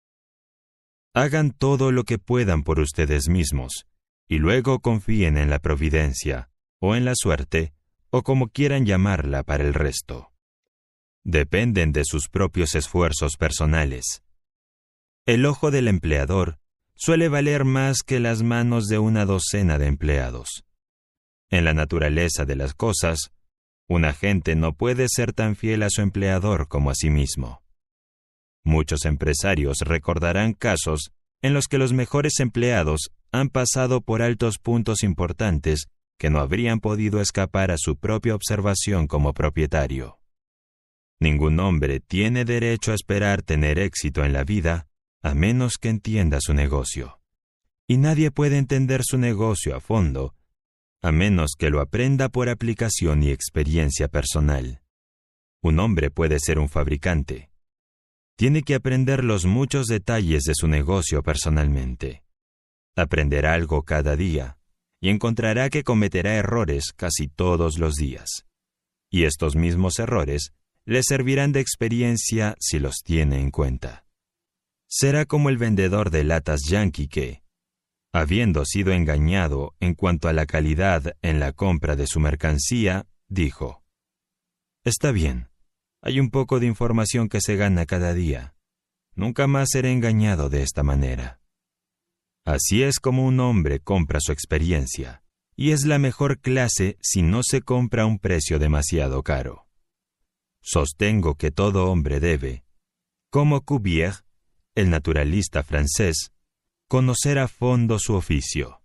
S2: Hagan todo lo que puedan por ustedes mismos, y luego confíen en la providencia, o en la suerte, o como quieran llamarla para el resto. Dependen de sus propios esfuerzos personales. El ojo del empleador suele valer más que las manos de una docena de empleados. En la naturaleza de las cosas, un agente no puede ser tan fiel a su empleador como a sí mismo. Muchos empresarios recordarán casos en los que los mejores empleados han pasado por altos puntos importantes que no habrían podido escapar a su propia observación como propietario. Ningún hombre tiene derecho a esperar tener éxito en la vida a menos que entienda su negocio. Y nadie puede entender su negocio a fondo a menos que lo aprenda por aplicación y experiencia personal. Un hombre puede ser un fabricante. Tiene que aprender los muchos detalles de su negocio personalmente. Aprenderá algo cada día y encontrará que cometerá errores casi todos los días. Y estos mismos errores le servirán de experiencia si los tiene en cuenta. Será como el vendedor de latas yankee que, habiendo sido engañado en cuanto a la calidad en la compra de su mercancía, dijo: «Está bien, hay un poco de información que se gana cada día. Nunca más seré engañado de esta manera». Así es como un hombre compra su experiencia, y es la mejor clase si no se compra a un precio demasiado caro. Sostengo que todo hombre debe, como Cuvier, el naturalista francés, conocer a fondo su oficio.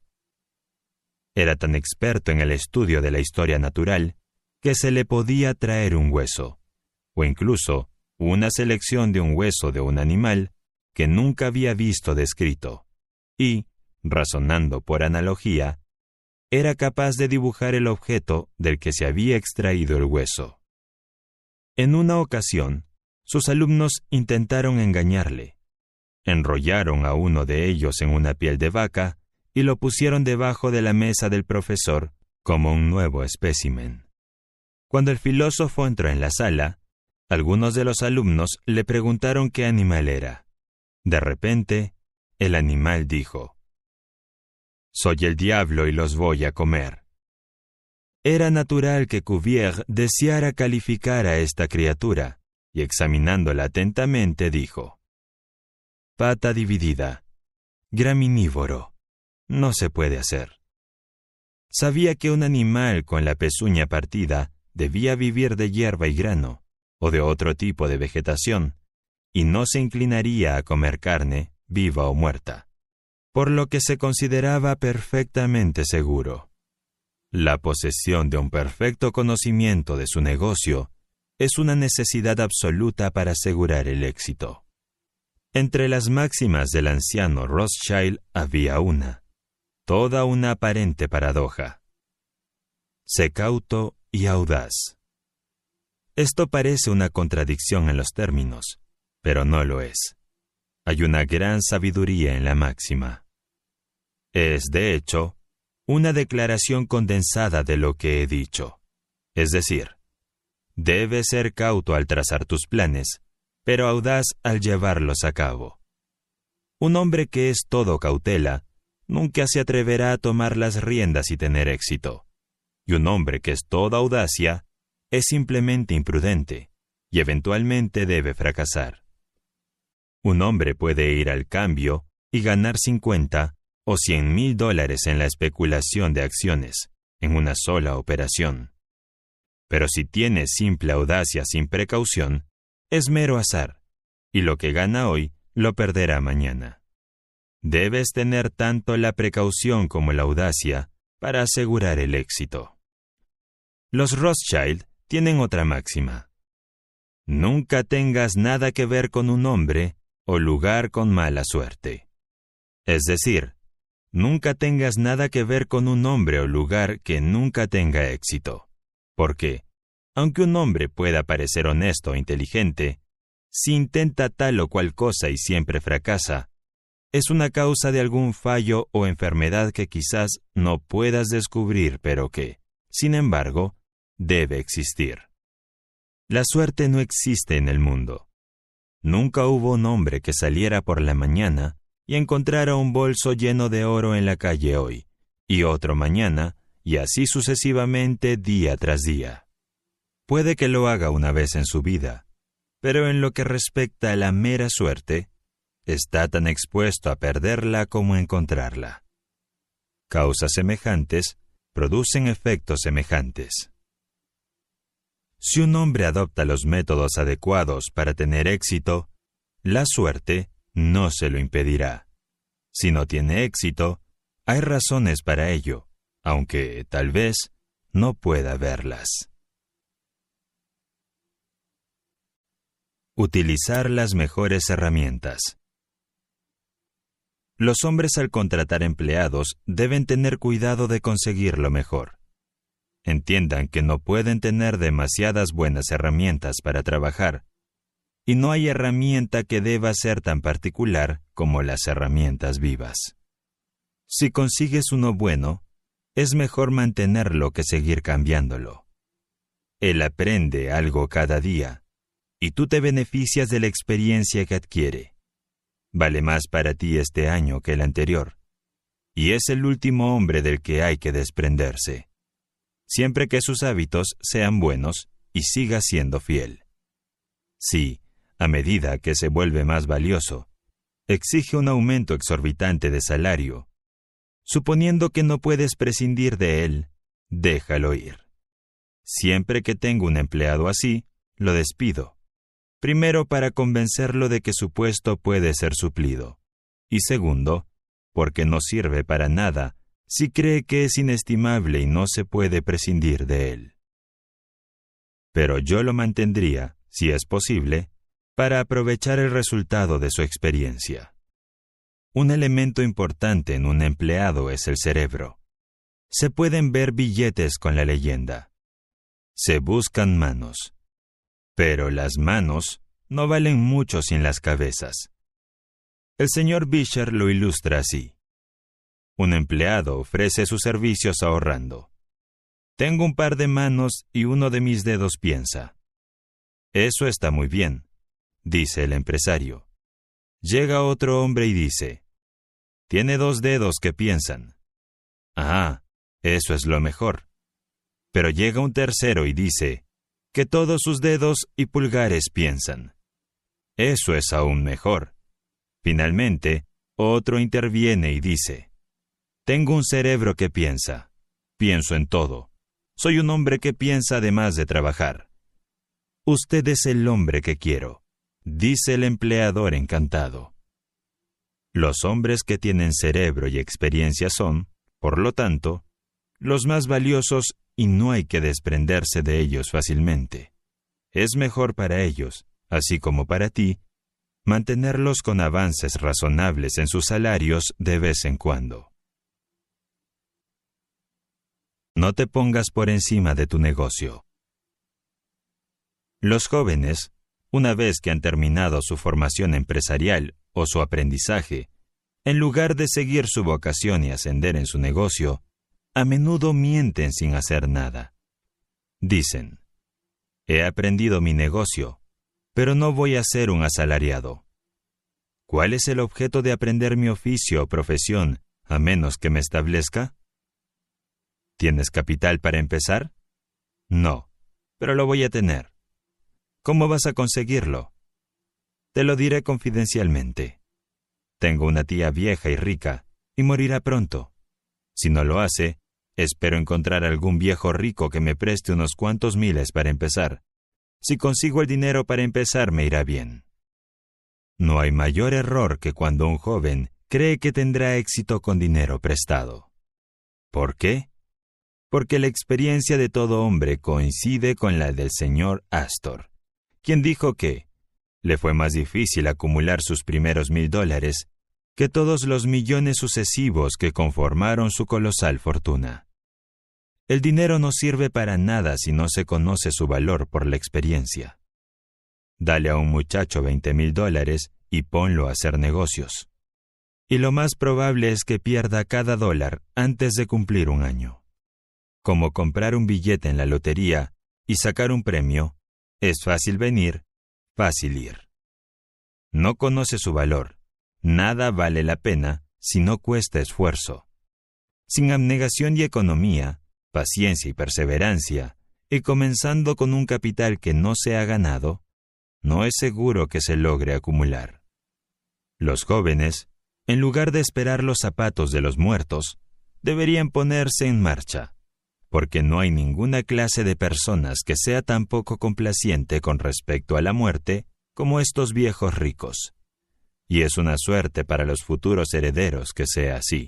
S2: Era tan experto en el estudio de la historia natural que se le podía traer un hueso, o incluso una selección de un hueso de un animal que nunca había visto descrito, y, razonando por analogía, era capaz de dibujar el objeto del que se había extraído el hueso. En una ocasión, sus alumnos intentaron engañarle. Enrollaron a uno de ellos en una piel de vaca y lo pusieron debajo de la mesa del profesor como un nuevo espécimen. Cuando el filósofo entró en la sala, algunos de los alumnos le preguntaron qué animal era. De repente, el animal dijo: «Soy el diablo y los voy a comer». Era natural que Cuvier deseara calificar a esta criatura, y examinándola atentamente dijo: «Pata dividida, graminívoro, no se puede hacer». Sabía que un animal con la pezuña partida debía vivir de hierba y grano, o de otro tipo de vegetación, y no se inclinaría a comer carne, viva o muerta, por lo que se consideraba perfectamente seguro. La posesión de un perfecto conocimiento de su negocio es una necesidad absoluta para asegurar el éxito. Entre las máximas del anciano Rothschild había una, toda una aparente paradoja: sé cauto y audaz. Esto parece una contradicción en los términos, pero no lo es. Hay una gran sabiduría en la máxima. Es, de hecho, una declaración condensada de lo que he dicho. Es decir, debes ser cauto al trazar tus planes, pero audaz al llevarlos a cabo. Un hombre que es todo cautela nunca se atreverá a tomar las riendas y tener éxito. Y un hombre que es toda audacia es simplemente imprudente y eventualmente debe fracasar. Un hombre puede ir al cambio y ganar cincuenta o cien mil dólares en la especulación de acciones en una sola operación. Pero si tiene simple audacia sin precaución, es mero azar, y lo que gana hoy lo perderá mañana. Debes tener tanto la precaución como la audacia para asegurar el éxito. Los Rothschild tienen otra máxima: nunca tengas nada que ver con un hombre o lugar con mala suerte. Es decir, nunca tengas nada que ver con un hombre o lugar que nunca tenga éxito. Porque, aunque un hombre pueda parecer honesto o inteligente, si intenta tal o cual cosa y siempre fracasa, es una causa de algún fallo o enfermedad que quizás no puedas descubrir, pero que, sin embargo, debe existir. La suerte no existe en el mundo. Nunca hubo un hombre que saliera por la mañana y encontrara un bolso lleno de oro en la calle hoy, y otro mañana, y así sucesivamente día tras día. Puede que lo haga una vez en su vida, pero en lo que respecta a la mera suerte, está tan expuesto a perderla como a encontrarla. Causas semejantes producen efectos semejantes. Si un hombre adopta los métodos adecuados para tener éxito, la suerte no se lo impedirá. Si no tiene éxito, hay razones para ello, aunque, tal vez, no pueda verlas. Utilizar las mejores herramientas. Los hombres al contratar empleados deben tener cuidado de conseguir lo mejor. Entiendan que no pueden tener demasiadas buenas herramientas para trabajar, y no hay herramienta que deba ser tan particular como las herramientas vivas. Si consigues uno bueno, es mejor mantenerlo que seguir cambiándolo. Él aprende algo cada día, y tú te beneficias de la experiencia que adquiere. Vale más para ti este año que el anterior, y es el último hombre del que hay que desprenderse, siempre que sus hábitos sean buenos y siga siendo fiel. Sí, a medida que se vuelve más valioso, exige un aumento exorbitante de salario. Suponiendo que no puedes prescindir de él, déjalo ir. Siempre que tengo un empleado así, lo despido. Primero, para convencerlo de que su puesto puede ser suplido. Y segundo, porque no sirve para nada si cree que es inestimable y no se puede prescindir de él. Pero yo lo mantendría, si es posible, para aprovechar el resultado de su experiencia. Un elemento importante en un empleado es el cerebro. Se pueden ver billetes con la leyenda. Se buscan manos. Pero las manos no valen mucho sin las cabezas. El señor Vischer lo ilustra así. Un empleado ofrece sus servicios ahorrando. Tengo un par de manos y uno de mis dedos piensa. Eso está muy bien, dice el empresario. Llega otro hombre y dice, tiene dos dedos que piensan. Ah, eso es lo mejor. Pero llega un tercero y dice, que todos sus dedos y pulgares piensan. Eso es aún mejor. Finalmente, otro interviene y dice, tengo un cerebro que piensa. Pienso en todo. Soy un hombre que piensa además de trabajar. Usted es el hombre que quiero, dice el empleador encantado. Los hombres que tienen cerebro y experiencia son, por lo tanto, los más valiosos y no hay que desprenderse de ellos fácilmente. Es mejor para ellos, así como para ti, mantenerlos con avances razonables en sus salarios de vez en cuando. No te pongas por encima de tu negocio. Los jóvenes, una vez que han terminado su formación empresarial o su aprendizaje, en lugar de seguir su vocación y ascender en su negocio, a menudo mienten sin hacer nada. Dicen, he aprendido mi negocio, pero no voy a ser un asalariado. ¿Cuál es el objeto de aprender mi oficio o profesión, a menos que me establezca? ¿Tienes capital para empezar? No, pero lo voy a tener. ¿Cómo vas a conseguirlo? Te lo diré confidencialmente. Tengo una tía vieja y rica, y morirá pronto. Si no lo hace, espero encontrar algún viejo rico que me preste unos cuantos miles para empezar. Si consigo el dinero para empezar, me irá bien. No hay mayor error que cuando un joven cree que tendrá éxito con dinero prestado. ¿Por qué? Porque la experiencia de todo hombre coincide con la del señor Astor, quien dijo que le fue más difícil acumular sus primeros mil dólares que todos los millones sucesivos que conformaron su colosal fortuna. El dinero no sirve para nada si no se conoce su valor por la experiencia. Dale a un muchacho veinte mil dólares y ponlo a hacer negocios. Y lo más probable es que pierda cada dólar antes de cumplir un año. Como comprar un billete en la lotería y sacar un premio, es fácil venir, fácil ir. No conoce su valor. Nada vale la pena si no cuesta esfuerzo. Sin abnegación y economía, paciencia y perseverancia, y comenzando con un capital que no se ha ganado, no es seguro que se logre acumular. Los jóvenes, en lugar de esperar los zapatos de los muertos, deberían ponerse en marcha, porque no hay ninguna clase de personas que sea tan poco complaciente con respecto a la muerte como estos viejos ricos. Y es una suerte para los futuros herederos que sea así.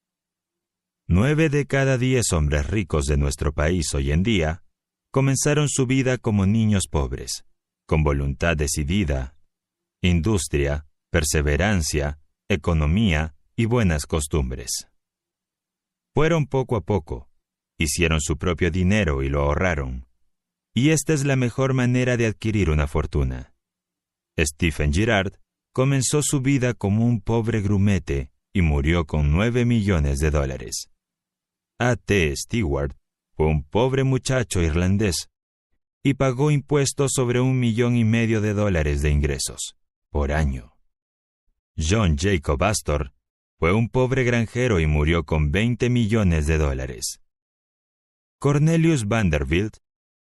S2: Nueve de cada diez hombres ricos de nuestro país hoy en día comenzaron su vida como niños pobres, con voluntad decidida, industria, perseverancia, economía y buenas costumbres. Fueron poco a poco, hicieron su propio dinero y lo ahorraron, y esta es la mejor manera de adquirir una fortuna. Stephen Girard comenzó su vida como un pobre grumete y murió con nueve millones de dólares. A T Stewart fue un pobre muchacho irlandés y pagó impuestos sobre un millón y medio de dólares de ingresos por año. John Jacob Astor fue un pobre granjero y murió con veinte millones de dólares. Cornelius Vanderbilt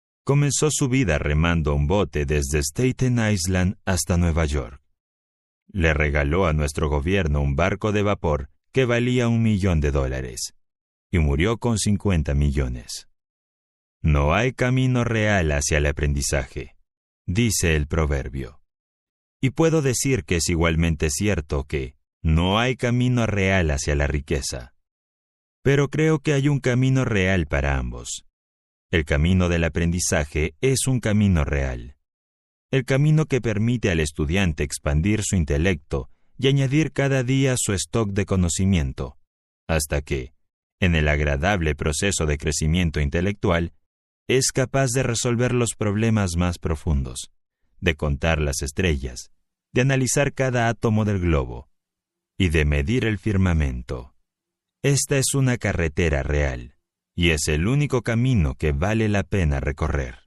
S2: comenzó su vida remando un bote desde Staten Island hasta Nueva York. le regaló a nuestro gobierno un barco de vapor que valía un millón de dólares, y murió con cincuenta millones. No hay camino real hacia el aprendizaje, dice el proverbio. Y puedo decir que es igualmente cierto que no hay camino real hacia la riqueza. Pero creo que hay un camino real para ambos. El camino del aprendizaje es un camino real. El camino que permite al estudiante expandir su intelecto y añadir cada día su stock de conocimiento, hasta que, en el agradable proceso de crecimiento intelectual, es capaz de resolver los problemas más profundos, de contar las estrellas, de analizar cada átomo del globo y de medir el firmamento. Esta es una carretera real, y es el único camino que vale la pena recorrer.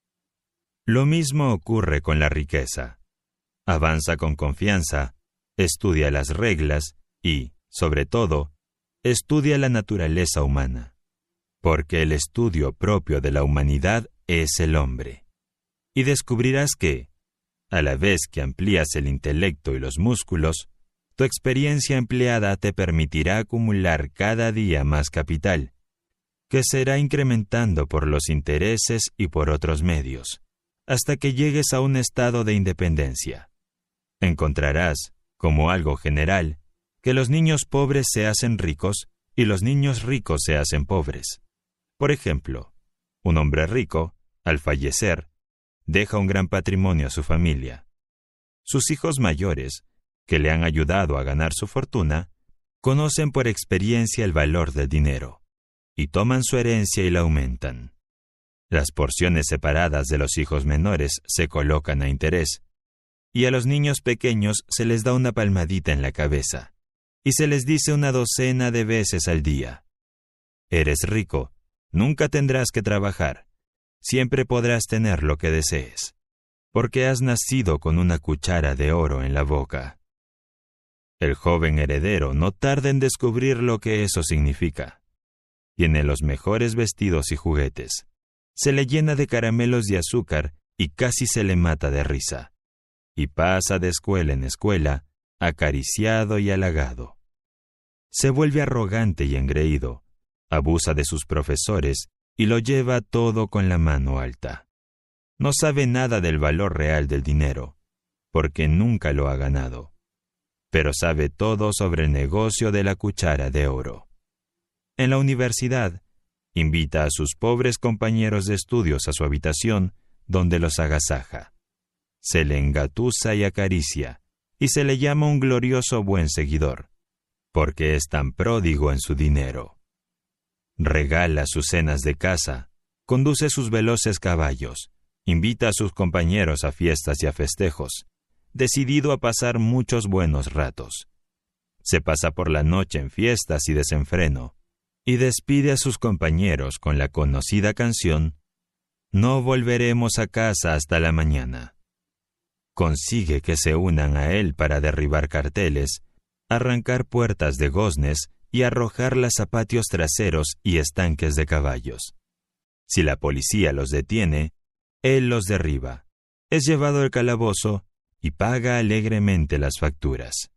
S2: Lo mismo ocurre con la riqueza. Avanza con confianza, estudia las reglas y, sobre todo, estudia la naturaleza humana, porque el estudio propio de la humanidad es el hombre. Y descubrirás que, a la vez que amplías el intelecto y los músculos, tu experiencia empleada te permitirá acumular cada día más capital, que será incrementando por los intereses y por otros medios, hasta que llegues a un estado de independencia. Encontrarás, como algo general, que los niños pobres se hacen ricos y los niños ricos se hacen pobres. Por ejemplo, un hombre rico, al fallecer, deja un gran patrimonio a su familia. Sus hijos mayores, que le han ayudado a ganar su fortuna, conocen por experiencia el valor del dinero, y toman su herencia y la aumentan. Las porciones separadas de los hijos menores se colocan a interés, y a los niños pequeños se les da una palmadita en la cabeza, y se les dice una docena de veces al día: eres rico, nunca tendrás que trabajar, siempre podrás tener lo que desees, porque has nacido con una cuchara de oro en la boca. El joven heredero no tarda en descubrir lo que eso significa. Tiene los mejores vestidos y juguetes, se le llena de caramelos de azúcar y casi se le mata de risa, y pasa de escuela en escuela, acariciado y halagado. Se vuelve arrogante y engreído, abusa de sus profesores y lo lleva todo con la mano alta. No sabe nada del valor real del dinero, porque nunca lo ha ganado, pero sabe todo sobre el negocio de la cuchara de oro. En la universidad, invita a sus pobres compañeros de estudios a su habitación, donde los agasaja. Se le engatusa y acaricia, y se le llama un glorioso buen seguidor, porque es tan pródigo en su dinero. Regala sus cenas de caza, conduce sus veloces caballos, invita a sus compañeros a fiestas y a festejos, decidido a pasar muchos buenos ratos. Se pasa por la noche en fiestas y desenfreno, y despide a sus compañeros con la conocida canción «No volveremos a casa hasta la mañana». Consigue que se unan a él para derribar carteles, arrancar puertas de goznes y arrojarlas a patios traseros y estanques de caballos. Si la policía los detiene, él los derriba, es llevado al calabozo y paga alegremente las facturas.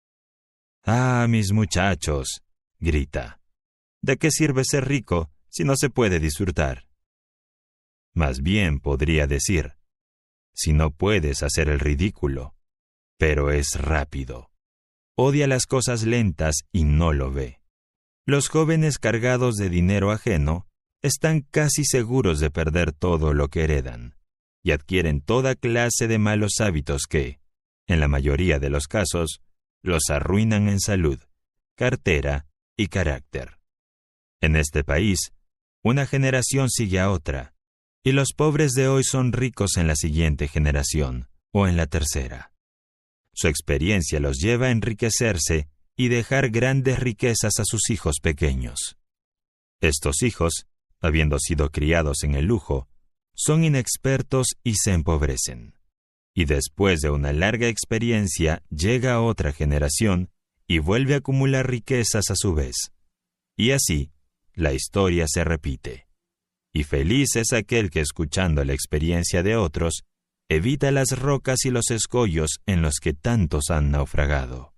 S2: «¡Ah, mis muchachos!», grita. «¿De qué sirve ser rico si no se puede disfrutar?». Más bien podría decir: «Si no puedes hacer el ridículo, pero es rápido. Odia las cosas lentas y no lo ve». Los jóvenes cargados de dinero ajeno están casi seguros de perder todo lo que heredan, y adquieren toda clase de malos hábitos que, en la mayoría de los casos, los arruinan en salud, cartera y carácter. En este país, una generación sigue a otra, y los pobres de hoy son ricos en la siguiente generación o en la tercera. Su experiencia los lleva a enriquecerse y dejar grandes riquezas a sus hijos pequeños. Estos hijos, habiendo sido criados en el lujo, son inexpertos y se empobrecen. Y después de una larga experiencia llega otra generación y vuelve a acumular riquezas a su vez. Y así, la historia se repite. Y feliz es aquel que, escuchando la experiencia de otros, evita las rocas y los escollos en los que tantos han naufragado.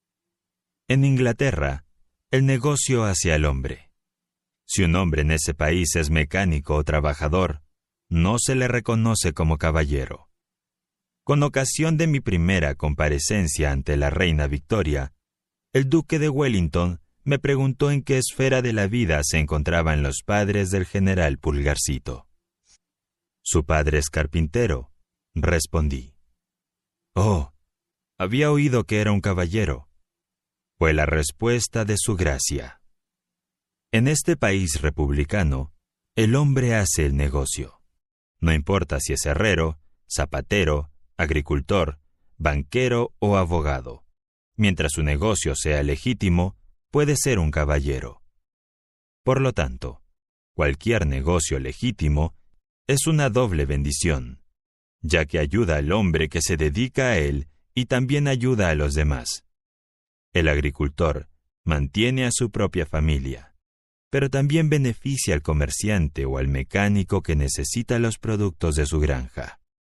S2: En Inglaterra, el negocio hace al hombre. Si un hombre en ese país es mecánico o trabajador, no se le reconoce como caballero. Con ocasión de mi primera comparecencia ante la reina Victoria, el duque de Wellington me preguntó en qué esfera de la vida se encontraban los padres del general Pulgarcito. «Su padre es carpintero», respondí. «Oh, había oído que era un caballero», fue la respuesta de su gracia. En este país republicano, el hombre hace el negocio. No importa si es herrero, zapatero, agricultor, banquero o abogado. Mientras su negocio sea legítimo, puede ser un caballero. Por lo tanto, cualquier negocio legítimo es una doble bendición, ya que ayuda al hombre que se dedica a él y también ayuda a los demás. El agricultor mantiene a su propia familia, pero también beneficia al comerciante o al mecánico que necesita los productos de su granja.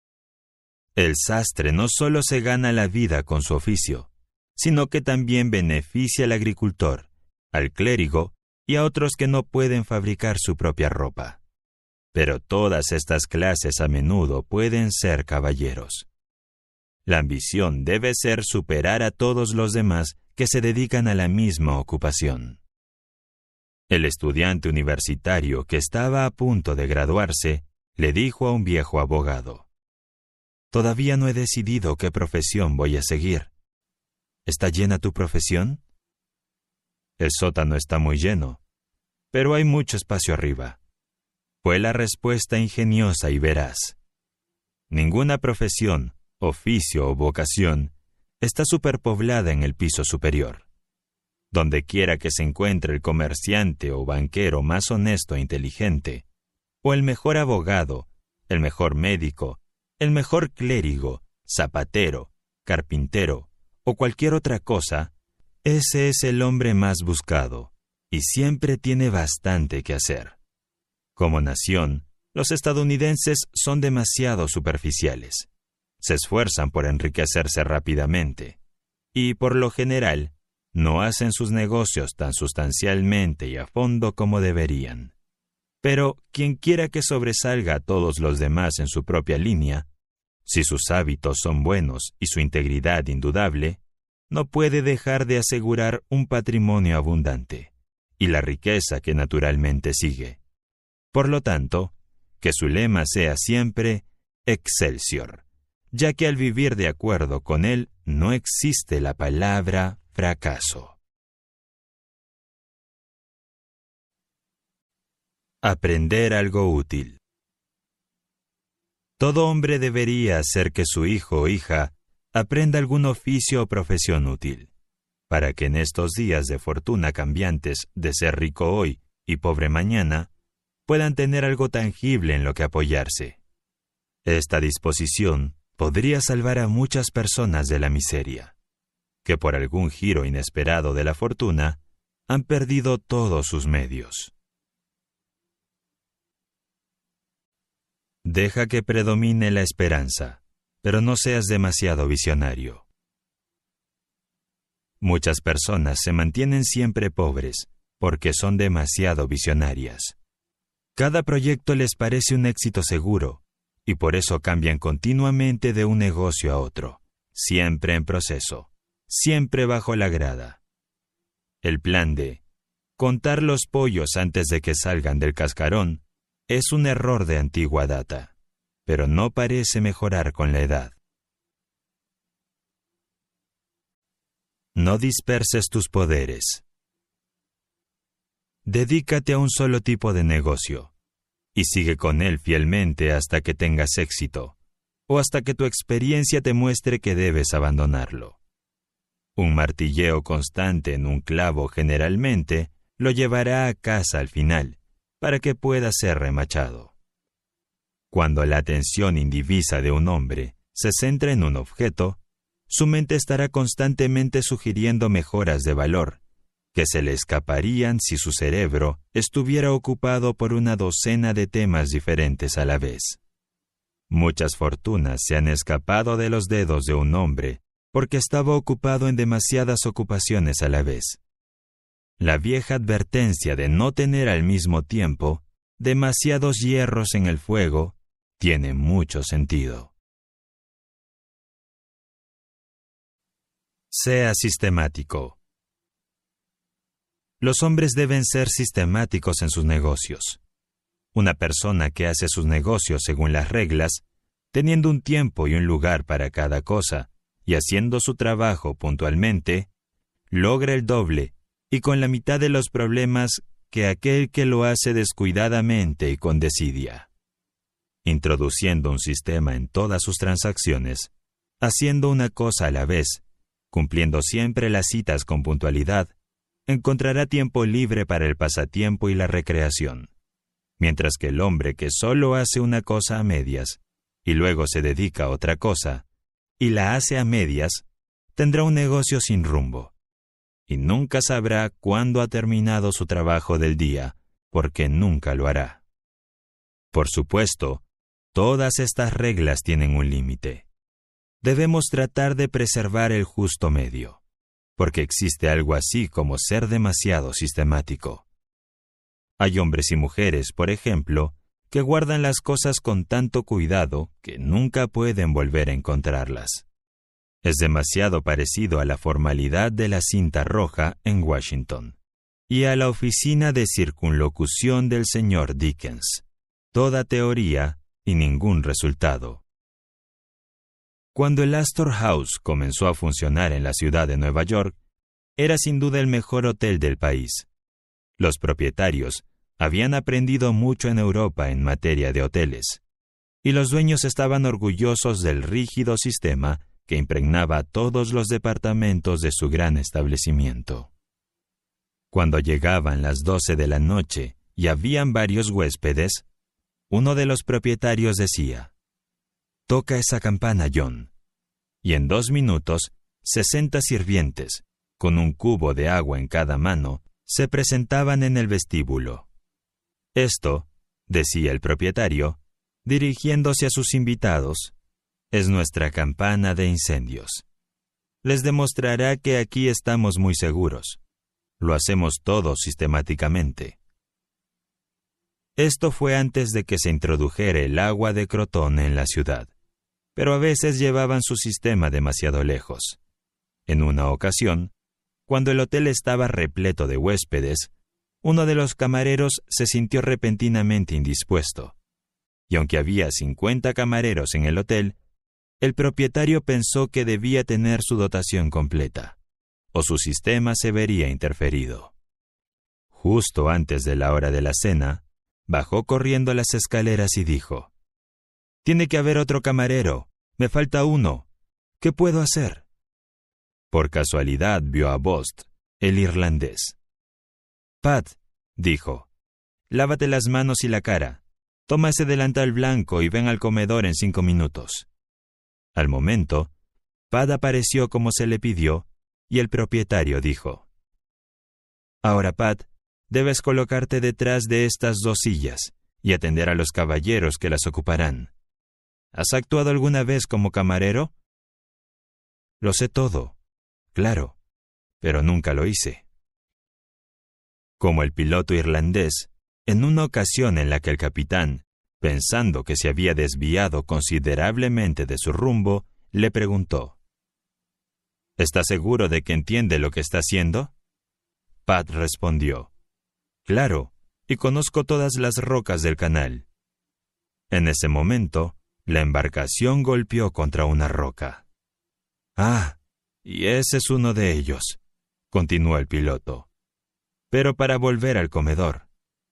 S2: El sastre no solo se gana la vida con su oficio, sino que también beneficia al agricultor, al clérigo y a otros que no pueden fabricar su propia ropa. Pero todas estas clases a menudo pueden ser caballeros. La ambición debe ser superar a todos los demás que se dedican a la misma ocupación. El estudiante universitario que estaba a punto de graduarse le dijo a un viejo abogado: «Todavía no he decidido qué profesión voy a seguir. ¿Está llena tu profesión?» «El sótano está muy lleno, pero hay mucho espacio arriba», fue la respuesta ingeniosa y veraz. Ninguna profesión, oficio o vocación está superpoblada en el piso superior. Donde quiera que se encuentre el comerciante o banquero más honesto e inteligente, o el mejor abogado, el mejor médico, el mejor clérigo, zapatero, carpintero o cualquier otra cosa, ese es el hombre más buscado y siempre tiene bastante que hacer. Como nación, los estadounidenses son demasiado superficiales. Se esfuerzan por enriquecerse rápidamente y, por lo general, no hacen sus negocios tan sustancialmente y a fondo como deberían. Pero quien quiera que sobresalga a todos los demás en su propia línea, si sus hábitos son buenos y su integridad indudable, no puede dejar de asegurar un patrimonio abundante y la riqueza que naturalmente sigue. Por lo tanto, que su lema sea siempre Excelsior, ya que al vivir de acuerdo con él no existe la palabra fracaso. Aprender algo útil. Todo hombre debería hacer que su hijo o hija aprenda algún oficio o profesión útil, para que en estos días de fortuna cambiantes de ser rico hoy y pobre mañana, puedan tener algo tangible en lo que apoyarse. Esta disposición podría salvar a muchas personas de la miseria, que por algún giro inesperado de la fortuna han perdido todos sus medios. Deja que predomine la esperanza, pero no seas demasiado visionario. Muchas personas se mantienen siempre pobres porque son demasiado visionarias. Cada proyecto les parece un éxito seguro, y por eso cambian continuamente de un negocio a otro, siempre en proceso, siempre bajo la grada. El plan de contar los pollos antes de que salgan del cascarón es un error de antigua data, pero no parece mejorar con la edad. No disperses tus poderes. Dedícate a un solo tipo de negocio, y sigue con él fielmente hasta que tengas éxito, o hasta que tu experiencia te muestre que debes abandonarlo. Un martilleo constante en un clavo generalmente lo llevará a casa al final, para que pueda ser remachado. Cuando la atención indivisa de un hombre se centra en un objeto, su mente estará constantemente sugiriendo mejoras de valor, que se le escaparían si su cerebro estuviera ocupado por una docena de temas diferentes a la vez. Muchas fortunas se han escapado de los dedos de un hombre porque estaba ocupado en demasiadas ocupaciones a la vez. La vieja advertencia de no tener al mismo tiempo demasiados hierros en el fuego tiene mucho sentido. Sea sistemático. Los hombres deben ser sistemáticos en sus negocios. Una persona que hace sus negocios según las reglas, teniendo un tiempo y un lugar para cada cosa, y haciendo su trabajo puntualmente, logra el doble y con la mitad de los problemas que aquel que lo hace descuidadamente y con desidia. Introduciendo un sistema en todas sus transacciones, haciendo una cosa a la vez, cumpliendo siempre las citas con puntualidad, encontrará tiempo libre para el pasatiempo y la recreación. Mientras que el hombre que solo hace una cosa a medias, y luego se dedica a otra cosa, y la hace a medias, tendrá un negocio sin rumbo, y nunca sabrá cuándo ha terminado su trabajo del día, porque nunca lo hará. Por supuesto, todas estas reglas tienen un límite. Debemos tratar de preservar el justo medio, porque existe algo así como ser demasiado sistemático. Hay hombres y mujeres, por ejemplo, que guardan las cosas con tanto cuidado que nunca pueden volver a encontrarlas. Es demasiado parecido a la formalidad de la cinta roja en Washington y a la oficina de circunlocución del señor Dickens. Toda teoría y ningún resultado. Cuando el Astor House comenzó a funcionar en la ciudad de Nueva York, era sin duda el mejor hotel del país. Los propietarios habían aprendido mucho en Europa en materia de hoteles, y los dueños estaban orgullosos del rígido sistema que impregnaba todos los departamentos de su gran establecimiento. Cuando llegaban las doce de la noche y habían varios huéspedes, uno de los propietarios decía: «Toca esa campana, John». Y en dos minutos, sesenta sirvientes, con un cubo de agua en cada mano, se presentaban en el vestíbulo. «Esto», decía el propietario, dirigiéndose a sus invitados, «es nuestra campana de incendios. Les demostrará que aquí estamos muy seguros. Lo hacemos todo sistemáticamente». Esto fue antes de que se introdujera el agua de Crotón en la ciudad, pero a veces llevaban su sistema demasiado lejos. En una ocasión, cuando el hotel estaba repleto de huéspedes, uno de los camareros se sintió repentinamente indispuesto, y aunque había cincuenta camareros en el hotel, el propietario pensó que debía tener su dotación completa, o su sistema se vería interferido. Justo antes de la hora de la cena, bajó corriendo las escaleras y dijo: «Tiene que haber otro camarero, me falta uno. ¿Qué puedo hacer?». Por casualidad vio a Bost, el irlandés. «Pat», dijo, «lávate las manos y la cara. Toma ese delantal blanco y ven al comedor en cinco minutos». Al momento, Pat apareció como se le pidió, y el propietario dijo: «Ahora, Pat, debes colocarte detrás de estas dos sillas y atender a los caballeros que las ocuparán. ¿Has actuado alguna vez como camarero?». «Lo sé todo, claro, pero nunca lo hice». Como el piloto irlandés, en una ocasión en la que el capitán, pensando que se había desviado considerablemente de su rumbo, le preguntó: «¿Está seguro de que entiende lo que está haciendo?». Pat respondió: «Claro, y conozco todas las rocas del canal». En ese momento, la embarcación golpeó contra una roca. «Ah, y ese es uno de ellos», continuó el piloto. «Pero para volver al comedor».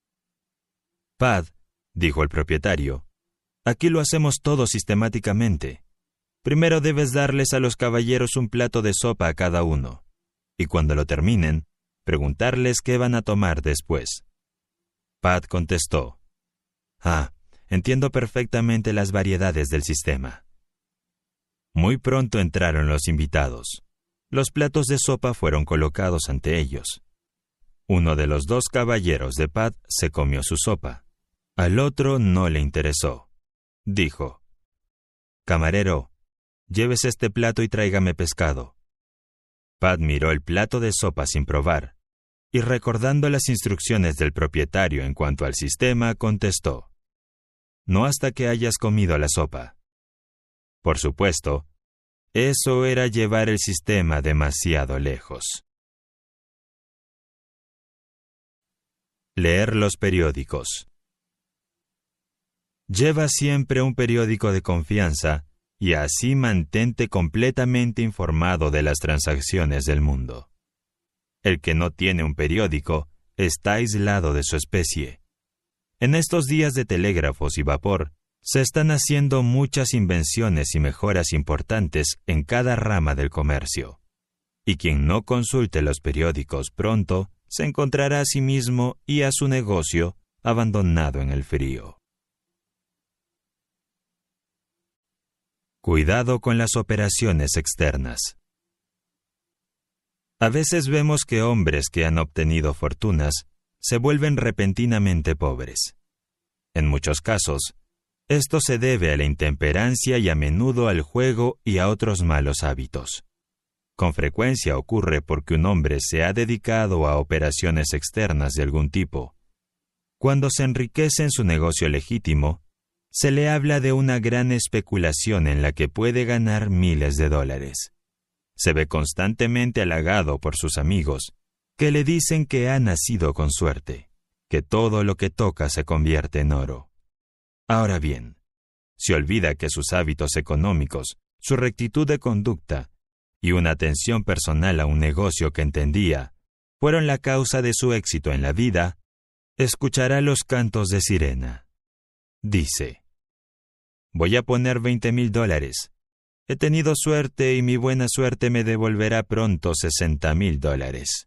S2: «Pat», dijo el propietario, «aquí lo hacemos todo sistemáticamente. Primero debes darles a los caballeros un plato de sopa a cada uno, y cuando lo terminen, preguntarles qué van a tomar después». Pat contestó: «Ah, entiendo perfectamente las variedades del sistema». Muy pronto entraron los invitados. Los platos de sopa fueron colocados ante ellos. Uno de los dos caballeros de Pat se comió su sopa. Al otro no le interesó. Dijo: Camarero, llévese este plato y tráigame pescado. Pat miró el plato de sopa sin probar, y recordando las instrucciones del propietario en cuanto al sistema, contestó: no hasta que hayas comido la sopa. Por supuesto, eso era llevar el sistema demasiado lejos. Leer los periódicos. Lleva siempre un periódico de confianza y así mantente completamente informado de las transacciones del mundo. El que no tiene un periódico está aislado de su especie. En estos días de telégrafos y vapor, se están haciendo muchas invenciones y mejoras importantes en cada rama del comercio. Y quien no consulte los periódicos pronto, se encontrará a sí mismo y a su negocio abandonado en el frío. Cuidado con las operaciones externas. A veces vemos que hombres que han obtenido fortunas se vuelven repentinamente pobres. En muchos casos, esto se debe a la intemperancia y a menudo al juego y a otros malos hábitos. Con frecuencia ocurre porque un hombre se ha dedicado a operaciones externas de algún tipo. Cuando se enriquece en su negocio legítimo, se le habla de una gran especulación en la que puede ganar miles de dólares. Se ve constantemente halagado por sus amigos, que le dicen que ha nacido con suerte, que todo lo que toca se convierte en oro. Ahora bien, se olvida que sus hábitos económicos, su rectitud de conducta y una atención personal a un negocio que entendía, fueron la causa de su éxito en la vida. Escuchará los cantos de sirena. Dice: voy a poner veinte mil dólares. He tenido suerte y mi buena suerte me devolverá pronto sesenta mil dólares.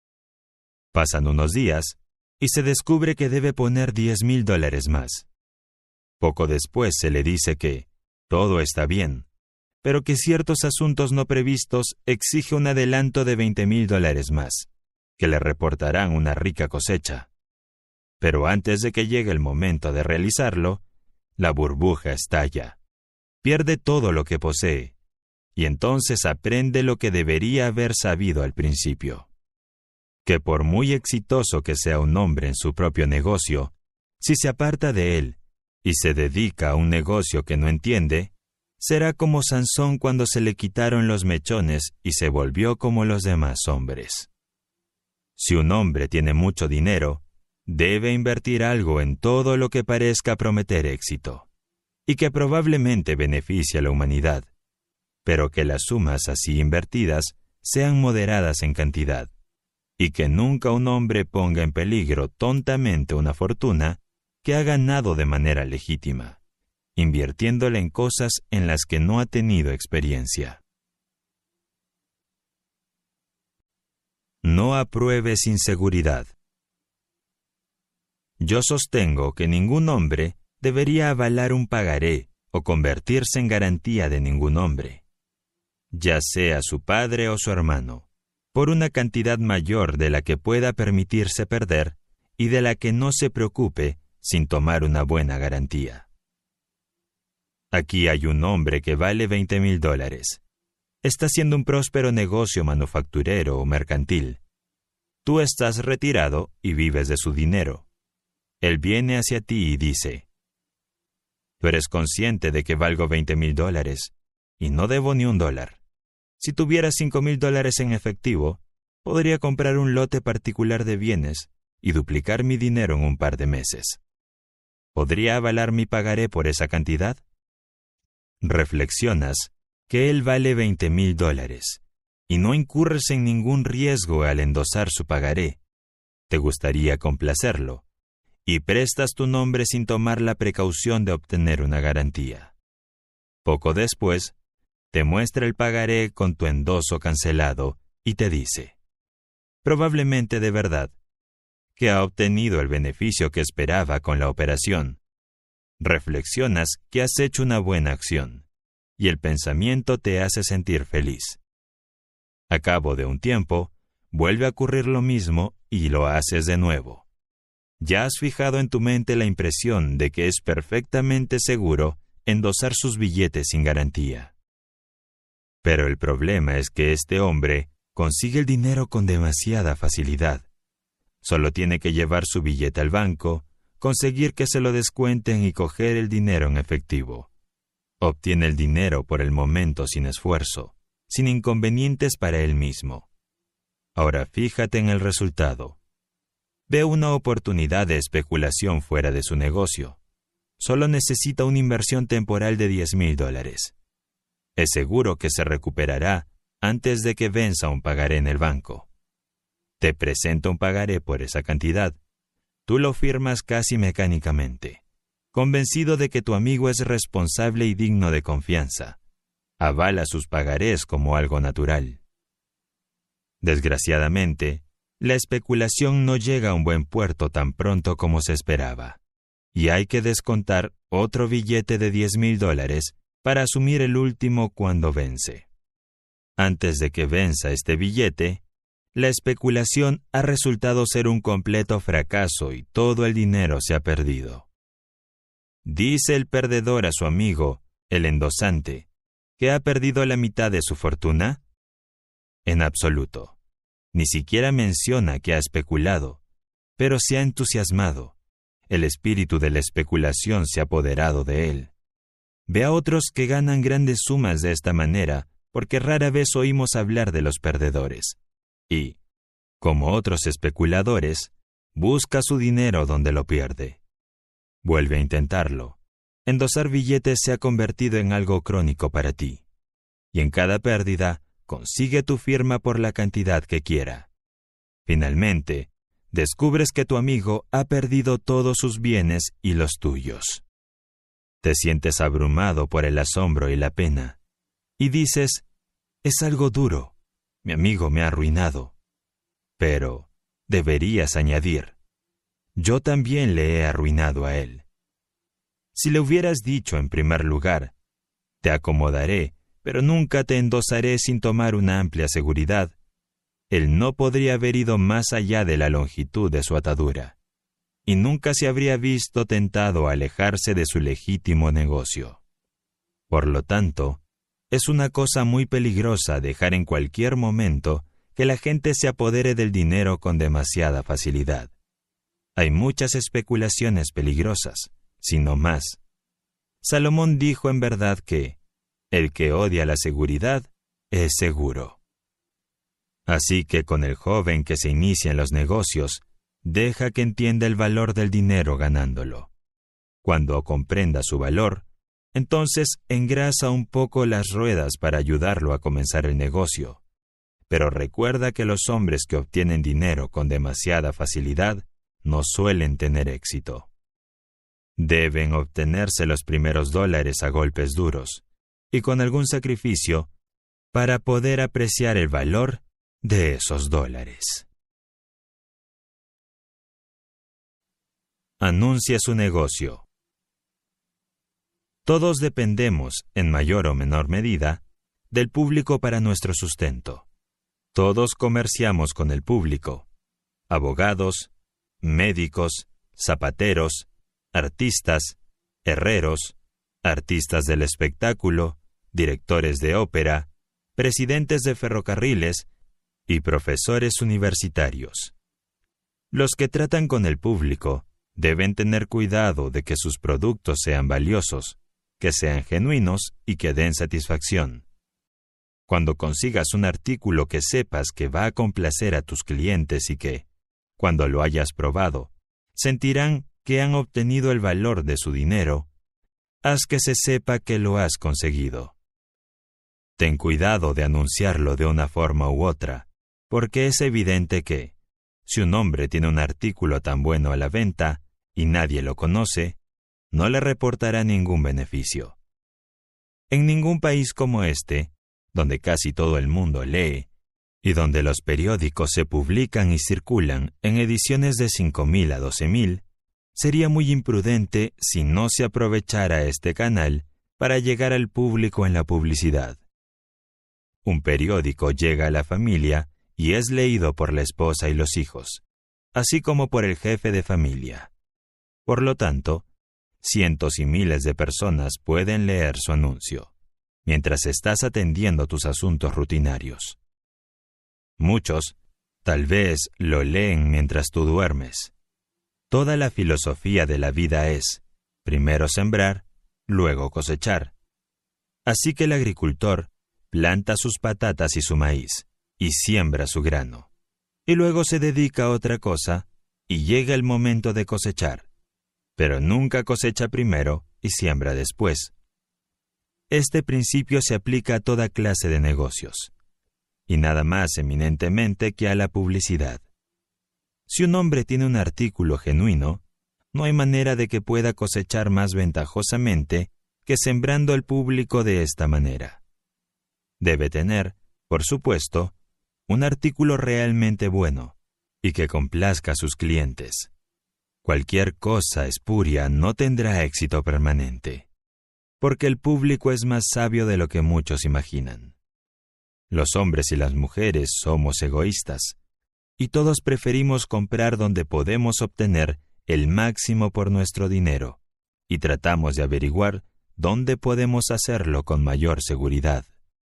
S2: Pasan unos días y se descubre que debe poner diez mil dólares más. Poco después se le dice que todo está bien, pero que ciertos asuntos no previstos exige un adelanto de veinte mil dólares más, que le reportarán una rica cosecha. Pero antes de que llegue el momento de realizarlo, la burbuja estalla. Pierde todo lo que posee, y entonces aprende lo que debería haber sabido al principio: que por muy exitoso que sea un hombre en su propio negocio, si se aparta de él y se dedica a un negocio que no entiende, será como Sansón cuando se le quitaron los mechones y se volvió como los demás hombres. Si un hombre tiene mucho dinero, debe invertir algo en todo lo que parezca prometer éxito, y que probablemente beneficie a la humanidad, pero que las sumas así invertidas sean moderadas en cantidad, y que nunca un hombre ponga en peligro tontamente una fortuna que ha ganado de manera legítima, invirtiéndola en cosas en las que no ha tenido experiencia. No apruebes inseguridad. Yo sostengo que ningún hombre debería avalar un pagaré o convertirse en garantía de ningún hombre, ya sea su padre o su hermano, por una cantidad mayor de la que pueda permitirse perder y de la que no se preocupe sin tomar una buena garantía. Aquí hay un hombre que vale veinte mil dólares. Está haciendo un próspero negocio manufacturero o mercantil. Tú estás retirado y vives de su dinero. Él viene hacia ti y dice: tú eres consciente de que valgo veinte mil dólares y no debo ni un dólar. Si tuviera cinco mil dólares en efectivo, podría comprar un lote particular de bienes y duplicar mi dinero en un par de meses. ¿Podría avalar mi pagaré por esa cantidad? Reflexionas que él vale veinte mil dólares y no incurres en ningún riesgo al endosar su pagaré. Te gustaría complacerlo y prestas tu nombre sin tomar la precaución de obtener una garantía. Poco después, te muestra el pagaré con tu endoso cancelado y te dice, probablemente de verdad, que ha obtenido el beneficio que esperaba con la operación. Reflexionas que has hecho una buena acción, y el pensamiento te hace sentir feliz. A cabo de un tiempo, vuelve a ocurrir lo mismo y lo haces de nuevo. Ya has fijado en tu mente la impresión de que es perfectamente seguro endosar sus billetes sin garantía. Pero el problema es que este hombre consigue el dinero con demasiada facilidad. Solo tiene que llevar su billete al banco, conseguir que se lo descuenten y coger el dinero en efectivo. Obtiene el dinero por el momento sin esfuerzo, sin inconvenientes para él mismo. Ahora fíjate en el resultado. Ve una oportunidad de especulación fuera de su negocio. Solo necesita una inversión temporal de diez mil dólares. Es seguro que se recuperará antes de que venza un pagaré en el banco. Te presenta un pagaré por esa cantidad. Tú lo firmas casi mecánicamente, convencido de que tu amigo es responsable y digno de confianza. Avala sus pagarés como algo natural. Desgraciadamente, la especulación no llega a un buen puerto tan pronto como se esperaba, y hay que descontar otro billete de diez mil dólares para asumir el último cuando vence. Antes de que venza este billete, la especulación ha resultado ser un completo fracaso y todo el dinero se ha perdido. Dice el perdedor a su amigo, el endosante, ¿que ha perdido la mitad de su fortuna? En absoluto. Ni siquiera menciona que ha especulado, pero se ha entusiasmado. El espíritu de la especulación se ha apoderado de él. Ve a otros que ganan grandes sumas de esta manera, porque rara vez oímos hablar de los perdedores. Y, como otros especuladores, busca su dinero donde lo pierde. Vuelve a intentarlo. Endosar billetes se ha convertido en algo crónico para ti. Y en cada pérdida, consigue tu firma por la cantidad que quiera. Finalmente, descubres que tu amigo ha perdido todos sus bienes y los tuyos. Te sientes abrumado por el asombro y la pena, y dices, es algo duro, mi amigo me ha arruinado. Pero deberías añadir, yo también le he arruinado a él. Si le hubieras dicho en primer lugar, te acomodaré, pero nunca te endosaré sin tomar una amplia seguridad, él no podría haber ido más allá de la longitud de su atadura, y nunca se habría visto tentado a alejarse de su legítimo negocio. Por lo tanto, es una cosa muy peligrosa dejar en cualquier momento que la gente se apodere del dinero con demasiada facilidad. Hay muchas especulaciones peligrosas, si no más. Salomón dijo en verdad que el que odia la seguridad es seguro. Así que con el joven que se inicia en los negocios, deja que entienda el valor del dinero ganándolo. Cuando comprenda su valor, entonces engrasa un poco las ruedas para ayudarlo a comenzar el negocio. Pero recuerda que los hombres que obtienen dinero con demasiada facilidad no suelen tener éxito. Deben obtenerse los primeros dólares a golpes duros y con algún sacrificio para poder apreciar el valor de esos dólares. Anuncia su negocio. Todos dependemos, en mayor o menor medida, del público para nuestro sustento. Todos comerciamos con el público. Abogados, médicos, zapateros, artistas, herreros, artistas del espectáculo, directores de ópera, presidentes de ferrocarriles y profesores universitarios. Los que tratan con el público deben tener cuidado de que sus productos sean valiosos, que sean genuinos y que den satisfacción. Cuando consigas un artículo que sepas que va a complacer a tus clientes y que, cuando lo hayas probado, sentirán que han obtenido el valor de su dinero, haz que se sepa que lo has conseguido. Ten cuidado de anunciarlo de una forma u otra, porque es evidente que, si un hombre tiene un artículo tan bueno a la venta y nadie lo conoce, no le reportará ningún beneficio. En ningún país como este, donde casi todo el mundo lee, y donde los periódicos se publican y circulan en ediciones de cinco mil a doce mil, sería muy imprudente si no se aprovechara este canal para llegar al público en la publicidad. Un periódico llega a la familia y es leído por la esposa y los hijos, así como por el jefe de familia. Por lo tanto, cientos y miles de personas pueden leer su anuncio, mientras estás atendiendo tus asuntos rutinarios. Muchos, tal vez, lo leen mientras tú duermes. Toda la filosofía de la vida es, primero sembrar, luego cosechar. Así que el agricultor planta sus patatas y su maíz, y siembra su grano. Y luego se dedica a otra cosa, y llega el momento de cosechar. Pero nunca cosecha primero y siembra después. Este principio se aplica a toda clase de negocios, y nada más eminentemente que a la publicidad. Si un hombre tiene un artículo genuino, no hay manera de que pueda cosechar más ventajosamente que sembrando al público de esta manera. Debe tener, por supuesto, un artículo realmente bueno y que complazca a sus clientes. Cualquier cosa espuria no tendrá éxito permanente, porque el público es más sabio de lo que muchos imaginan. Los hombres y las mujeres somos egoístas, y todos preferimos comprar donde podemos obtener el máximo por nuestro dinero, y tratamos de averiguar dónde podemos hacerlo con mayor seguridad.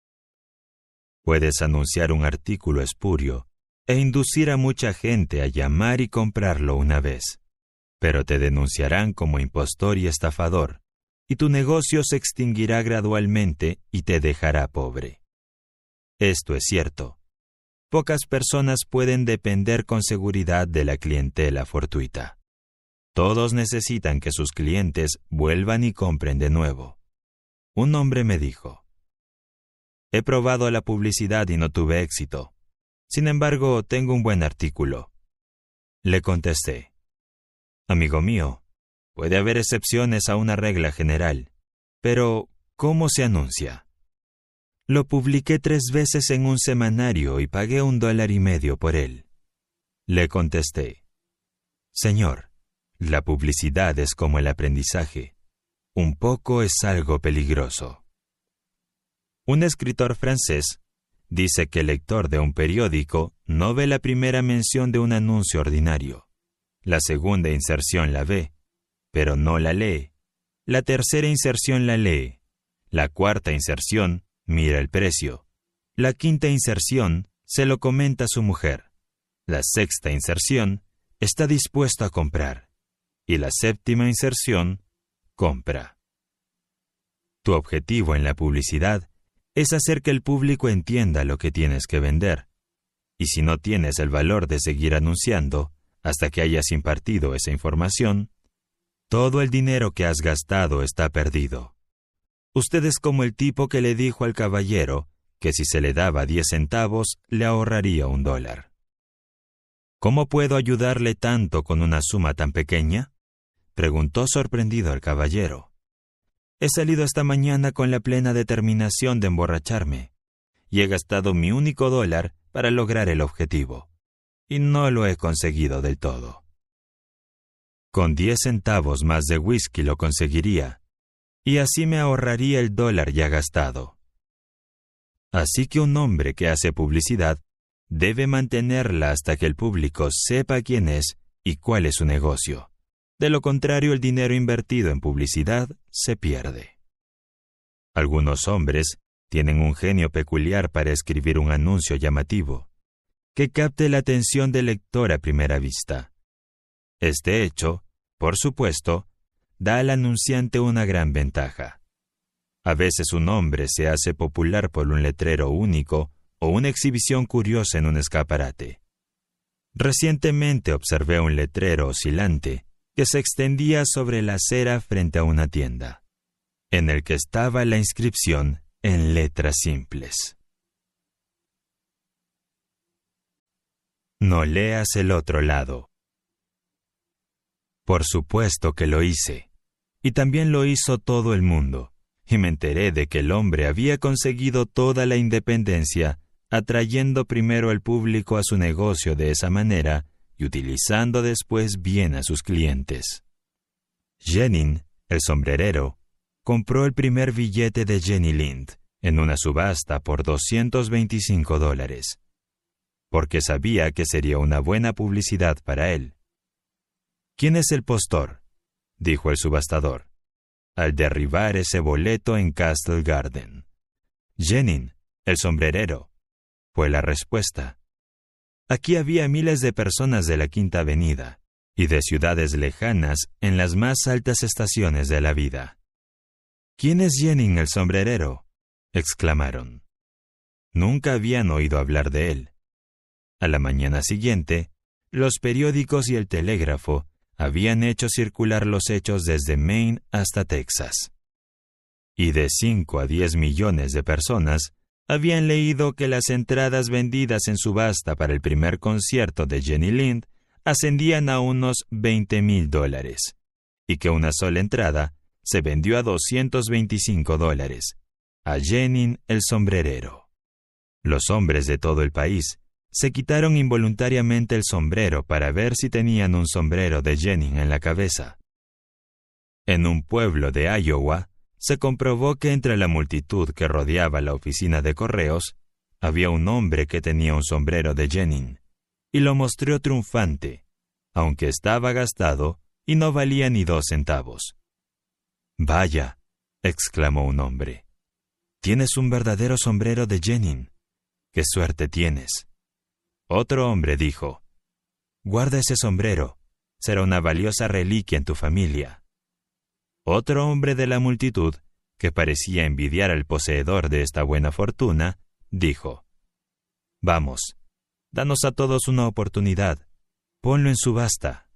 S2: Puedes anunciar un artículo espurio e inducir a mucha gente a llamar y comprarlo una vez, pero te denunciarán como impostor y estafador, y tu negocio se extinguirá gradualmente y te dejará pobre. Esto es cierto. Pocas personas pueden depender con seguridad de la clientela fortuita. Todos necesitan que sus clientes vuelvan y compren de nuevo. Un hombre me dijo: he probado la publicidad y no tuve éxito. Sin embargo, tengo un buen artículo. Le contesté: amigo mío, puede haber excepciones a una regla general, pero ¿cómo se anuncia? Lo publiqué tres veces en un semanario y pagué un dólar y medio por él. Le contesté: señor, la publicidad es como el aprendizaje. Un poco es algo peligroso. Un escritor francés dice que el lector de un periódico no ve la primera mención de un anuncio ordinario. La segunda inserción la ve, pero no la lee. La tercera inserción la lee. La cuarta inserción mira el precio. La quinta inserción se lo comenta a su mujer. La sexta inserción está dispuesto a comprar. Y la séptima inserción compra. Tu objetivo en la publicidad es hacer que el público entienda lo que tienes que vender. Y si no tienes el valor de seguir anunciando hasta que hayas impartido esa información, todo el dinero que has gastado está perdido. Usted es como el tipo que le dijo al caballero que si se le daba diez centavos, le ahorraría un dólar. ¿Cómo puedo ayudarle tanto con una suma tan pequeña?, preguntó sorprendido el caballero. He salido esta mañana con la plena determinación de emborracharme, y he gastado mi único dólar para lograr el objetivo, y no lo he conseguido del todo. Con diez centavos más de whisky lo conseguiría, y así me ahorraría el dólar ya gastado. Así que un hombre que hace publicidad debe mantenerla hasta que el público sepa quién es y cuál es su negocio. De lo contrario, el dinero invertido en publicidad se pierde. Algunos hombres tienen un genio peculiar para escribir un anuncio llamativo, que capte la atención del lector a primera vista. Este hecho, por supuesto, da al anunciante una gran ventaja. A veces un hombre se hace popular por un letrero único o una exhibición curiosa en un escaparate. Recientemente observé un letrero oscilante que se extendía sobre la acera frente a una tienda, en el que estaba la inscripción en letras simples: no leas el otro lado. Por supuesto que lo hice, y también lo hizo todo el mundo, y me enteré de que el hombre había conseguido toda la independencia atrayendo primero al público a su negocio de esa manera y utilizando después bien a sus clientes. Jenin, el sombrerero, compró el primer billete de Jenny Lind en una subasta por doscientos veinticinco dólares, porque sabía que sería una buena publicidad para él. ¿Quién es el postor? dijo el subastador, al derribar ese boleto en Castle Garden. Jenin, el sombrerero, fue la respuesta. Aquí había miles de personas de la Quinta Avenida y de ciudades lejanas en las más altas estaciones de la vida. ¿Quién es Jenin el sombrerero?, exclamaron. Nunca habían oído hablar de él. A la mañana siguiente, los periódicos y el telégrafo habían hecho circular los hechos desde Maine hasta Texas. Y de cinco a diez millones de personas habían leído que las entradas vendidas en subasta para el primer concierto de Jenny Lind ascendían a unos veinte mil dólares, y que una sola entrada se vendió a doscientos veinticinco dólares, a Jenin el sombrerero. Los hombres de todo el país se quitaron involuntariamente el sombrero para ver si tenían un sombrero de Jenin en la cabeza. En un pueblo de Iowa, se comprobó que entre la multitud que rodeaba la oficina de correos, había un hombre que tenía un sombrero de Jenin, y lo mostró triunfante, aunque estaba gastado y no valía ni dos centavos. «Vaya», exclamó un hombre, «tienes un verdadero sombrero de Jenin. ¡Qué suerte tienes!». Otro hombre dijo, «Guarda ese sombrero, será una valiosa reliquia en tu familia». Otro hombre de la multitud, que parecía envidiar al poseedor de esta buena fortuna, dijo, «Vamos, danos a todos una oportunidad, ponlo en subasta».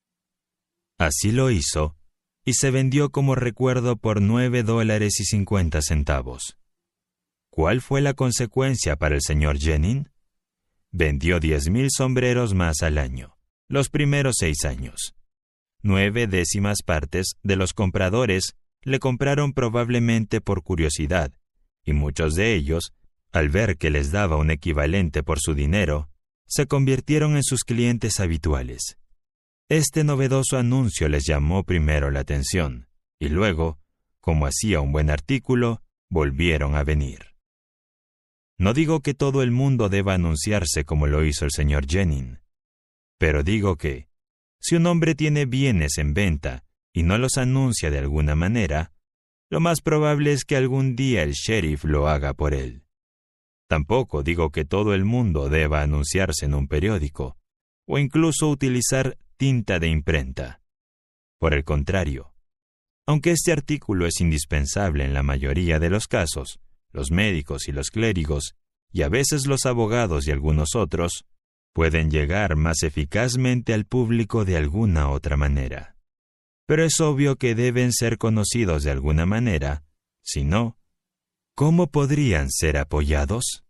S2: Así lo hizo, y se vendió como recuerdo por nueve dólares y cincuenta centavos. ¿Cuál fue la consecuencia para el señor Jenin? Vendió diez mil sombreros más al año, los primeros seis años. Nueve décimas partes de los compradores le compraron probablemente por curiosidad, y muchos de ellos, al ver que les daba un equivalente por su dinero, se convirtieron en sus clientes habituales. Este novedoso anuncio les llamó primero la atención, y luego, como hacía un buen artículo, volvieron a venir. No digo que todo el mundo deba anunciarse como lo hizo el señor Jenin, pero digo que, si un hombre tiene bienes en venta y no los anuncia de alguna manera, lo más probable es que algún día el sheriff lo haga por él. Tampoco digo que todo el mundo deba anunciarse en un periódico, o incluso utilizar tinta de imprenta. Por el contrario, aunque este artículo es indispensable en la mayoría de los casos, los médicos y los clérigos, y a veces los abogados y algunos otros, pueden llegar más eficazmente al público de alguna otra manera. Pero es obvio que deben ser conocidos de alguna manera, si no, ¿cómo podrían ser apoyados?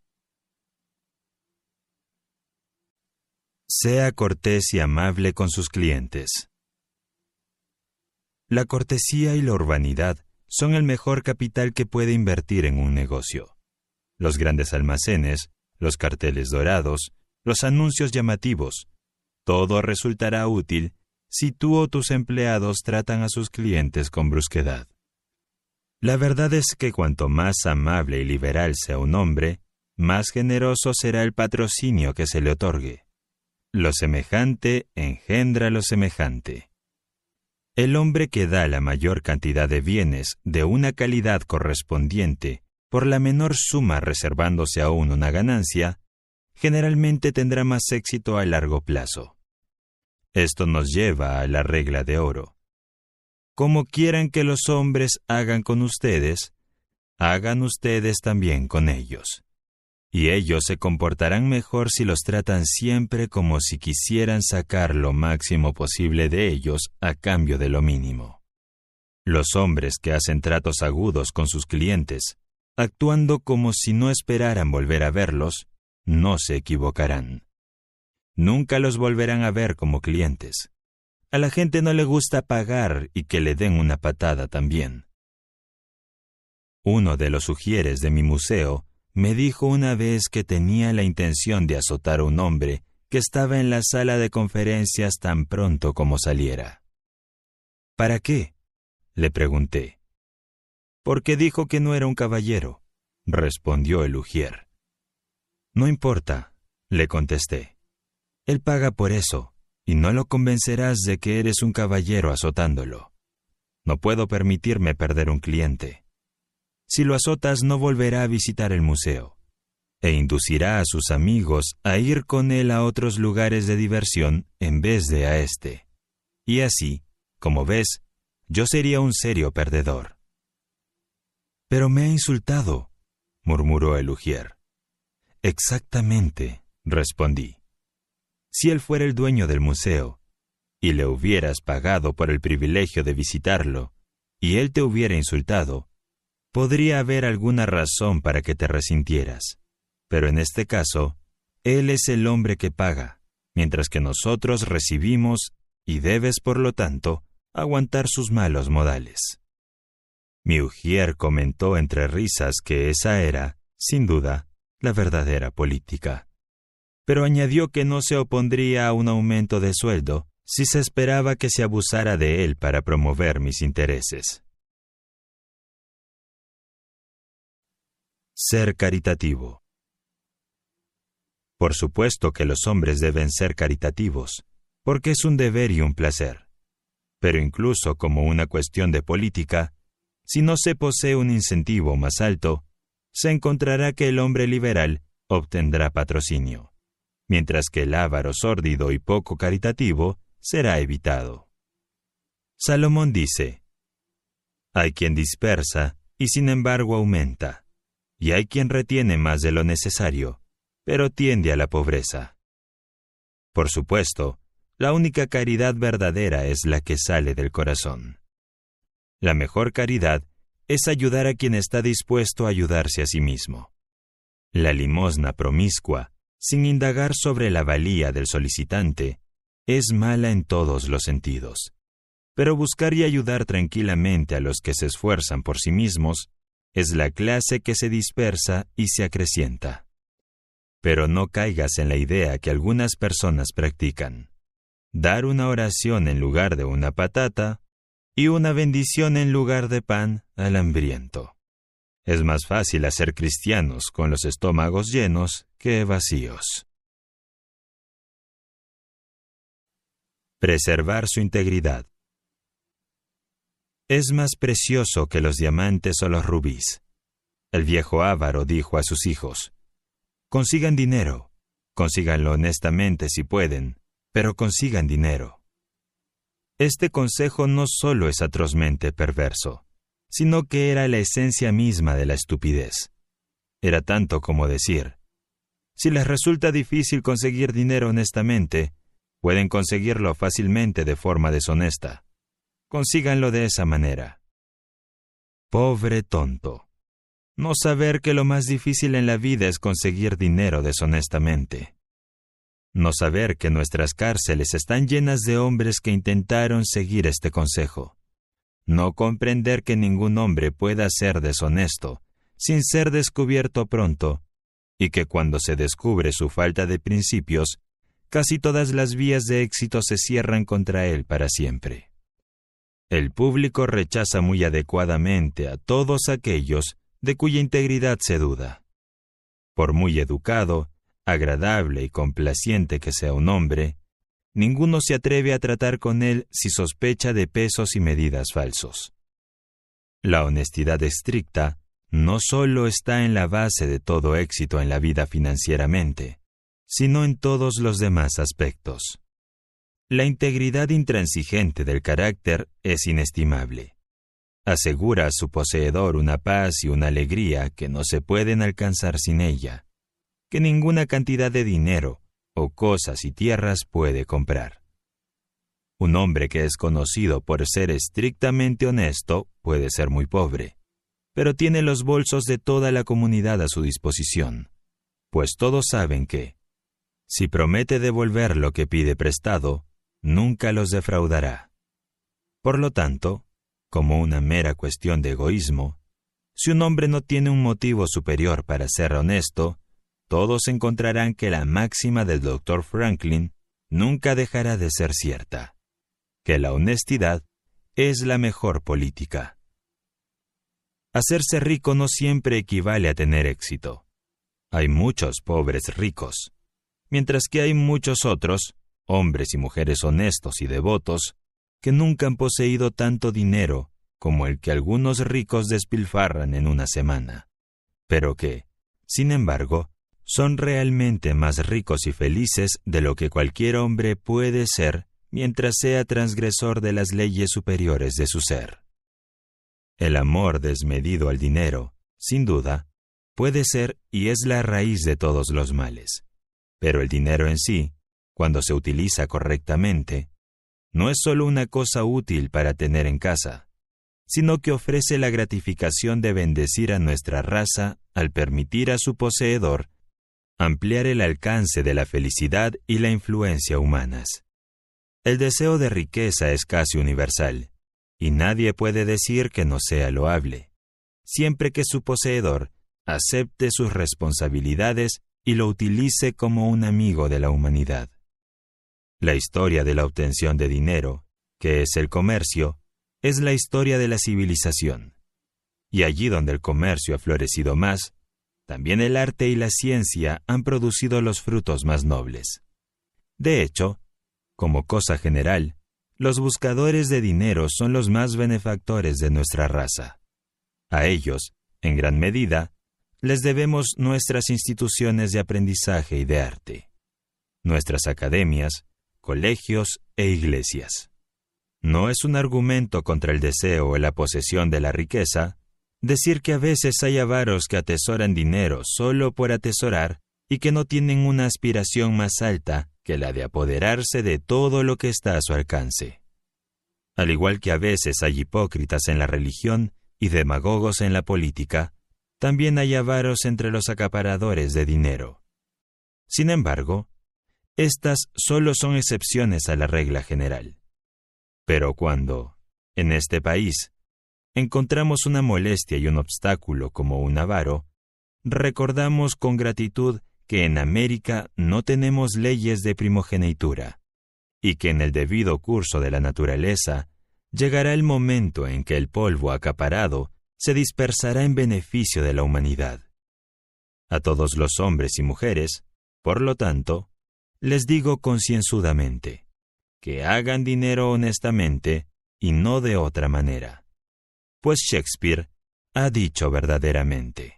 S2: Sea cortés y amable con sus clientes. La cortesía y la urbanidad son el mejor capital que puede invertir en un negocio. Los grandes almacenes, los carteles dorados, los anuncios llamativos, todo resultará útil si tú o tus empleados tratan a sus clientes con brusquedad. La verdad es que cuanto más amable y liberal sea un hombre, más generoso será el patrocinio que se le otorgue. Lo semejante engendra lo semejante. El hombre que da la mayor cantidad de bienes de una calidad correspondiente por la menor suma reservándose aún una ganancia, generalmente tendrá más éxito a largo plazo. Esto nos lleva a la regla de oro. Como quieran que los hombres hagan con ustedes, hagan ustedes también con ellos. Y ellos se comportarán mejor si los tratan siempre como si quisieran sacar lo máximo posible de ellos a cambio de lo mínimo. Los hombres que hacen tratos agudos con sus clientes, actuando como si no esperaran volver a verlos, no se equivocarán. Nunca los volverán a ver como clientes. A la gente no le gusta pagar y que le den una patada también. Uno de los sugieres de mi museo me dijo una vez que tenía la intención de azotar a un hombre que estaba en la sala de conferencias tan pronto como saliera. ¿Para qué?, le pregunté. Porque dijo que no era un caballero, respondió el ujier. No importa, le contesté. Él paga por eso, y no lo convencerás de que eres un caballero azotándolo. No puedo permitirme perder un cliente. Si lo azotas, no volverá a visitar el museo, e inducirá a sus amigos a ir con él a otros lugares de diversión en vez de a este. Y así, como ves, yo sería un serio perdedor. Pero me ha insultado, murmuró el ujier. Exactamente, respondí. Si él fuera el dueño del museo, y le hubieras pagado por el privilegio de visitarlo, y él te hubiera insultado, podría haber alguna razón para que te resintieras. Pero en este caso, él es el hombre que paga, mientras que nosotros recibimos y debes, por lo tanto, aguantar sus malos modales. Mi ujier comentó entre risas que esa era, sin duda, la verdadera política. Pero añadió que no se opondría a un aumento de sueldo si se esperaba que se abusara de él para promover mis intereses. Ser caritativo. Por supuesto que los hombres deben ser caritativos, porque es un deber y un placer. Pero incluso como una cuestión de política, si no se posee un incentivo más alto, se encontrará que el hombre liberal obtendrá patrocinio, mientras que el avaro sórdido y poco caritativo será evitado. Salomón dice: hay quien dispersa y sin embargo aumenta, y hay quien retiene más de lo necesario, pero tiende a la pobreza. Por supuesto, la única caridad verdadera es la que sale del corazón. La mejor caridad es ayudar a quien está dispuesto a ayudarse a sí mismo. La limosna promiscua, sin indagar sobre la valía del solicitante, es mala en todos los sentidos. Pero buscar y ayudar tranquilamente a los que se esfuerzan por sí mismos es la clase que se dispersa y se acrecienta. Pero no caigas en la idea que algunas personas practican: dar una oración en lugar de una patata y una bendición en lugar de pan al hambriento. Es más fácil hacer cristianos con los estómagos llenos que vacíos. Preservar su integridad. Es más precioso que los diamantes o los rubíes. El viejo avaro dijo a sus hijos: consigan dinero, consíganlo honestamente si pueden, pero consigan dinero. Este consejo no solo es atrozmente perverso, sino que era la esencia misma de la estupidez. Era tanto como decir: si les resulta difícil conseguir dinero honestamente, pueden conseguirlo fácilmente de forma deshonesta. Consíganlo de esa manera. Pobre tonto. No saber que lo más difícil en la vida es conseguir dinero deshonestamente. No saber que nuestras cárceles están llenas de hombres que intentaron seguir este consejo. No comprender que ningún hombre pueda ser deshonesto sin ser descubierto pronto, y que cuando se descubre su falta de principios, casi todas las vías de éxito se cierran contra él para siempre. El público rechaza muy adecuadamente a todos aquellos de cuya integridad se duda. Por muy educado, agradable y complaciente que sea un hombre, ninguno se atreve a tratar con él si sospecha de pesos y medidas falsos. La honestidad estricta no solo está en la base de todo éxito en la vida financieramente, sino en todos los demás aspectos. La integridad intransigente del carácter es inestimable. Asegura a su poseedor una paz y una alegría que no se pueden alcanzar sin ella, que ninguna cantidad de dinero o cosas y tierras puede comprar. Un hombre que es conocido por ser estrictamente honesto puede ser muy pobre, pero tiene los bolsos de toda la comunidad a su disposición, pues todos saben que, si promete devolver lo que pide prestado, nunca los defraudará. Por lo tanto, como una mera cuestión de egoísmo, si un hombre no tiene un motivo superior para ser honesto, todos encontrarán que la máxima del doctor Franklin nunca dejará de ser cierta, que la honestidad es la mejor política. Hacerse rico no siempre equivale a tener éxito. Hay muchos pobres ricos, mientras que hay muchos otros, hombres y mujeres honestos y devotos, que nunca han poseído tanto dinero como el que algunos ricos despilfarran en una semana, pero que, sin embargo, son realmente más ricos y felices de lo que cualquier hombre puede ser mientras sea transgresor de las leyes superiores de su ser. El amor desmedido al dinero, sin duda, puede ser y es la raíz de todos los males, pero el dinero en sí, cuando se utiliza correctamente, no es solo una cosa útil para tener en casa, sino que ofrece la gratificación de bendecir a nuestra raza al permitir a su poseedor ampliar el alcance de la felicidad y la influencia humanas. El deseo de riqueza es casi universal, y nadie puede decir que no sea loable, siempre que su poseedor acepte sus responsabilidades y lo utilice como un amigo de la humanidad. La historia de la obtención de dinero, que es el comercio, es la historia de la civilización. Y allí donde el comercio ha florecido más, también el arte y la ciencia han producido los frutos más nobles. De hecho, como cosa general, los buscadores de dinero son los más benefactores de nuestra raza. A ellos, en gran medida, les debemos nuestras instituciones de aprendizaje y de arte, nuestras academias, colegios e iglesias. No es un argumento contra el deseo o la posesión de la riqueza decir que a veces hay avaros que atesoran dinero solo por atesorar y que no tienen una aspiración más alta que la de apoderarse de todo lo que está a su alcance. Al igual que a veces hay hipócritas en la religión y demagogos en la política, también hay avaros entre los acaparadores de dinero. Sin embargo, estas solo son excepciones a la regla general. Pero cuando, en este país, encontramos una molestia y un obstáculo como un avaro, recordamos con gratitud que en América no tenemos leyes de primogenitura, y que en el debido curso de la naturaleza llegará el momento en que el polvo acaparado se dispersará en beneficio de la humanidad. A todos los hombres y mujeres, por lo tanto, les digo concienzudamente, que hagan dinero honestamente y no de otra manera, pues Shakespeare ha dicho verdaderamente: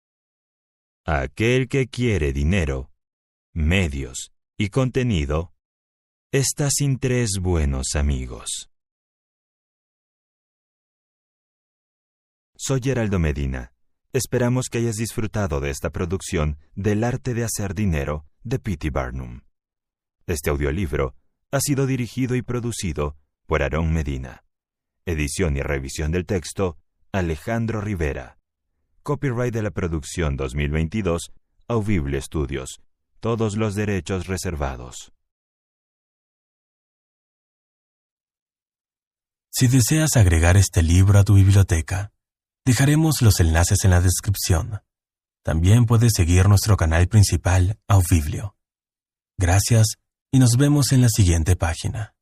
S2: aquel que quiere dinero, medios y contenido, está sin tres buenos amigos. Soy Geraldo Medina. Esperamos que hayas disfrutado de esta producción del arte de hacer dinero de P T Barnum. Este audiolibro ha sido dirigido y producido por Aarón Medina. Edición y revisión del texto, Alejandro Rivera. Copyright de la producción dos mil veintidós, Audible Studios. Todos los derechos reservados.
S1: Si deseas agregar este libro a tu biblioteca, dejaremos los enlaces en la descripción. También puedes seguir nuestro canal principal, Audiblio. Gracias y nos vemos en la siguiente página.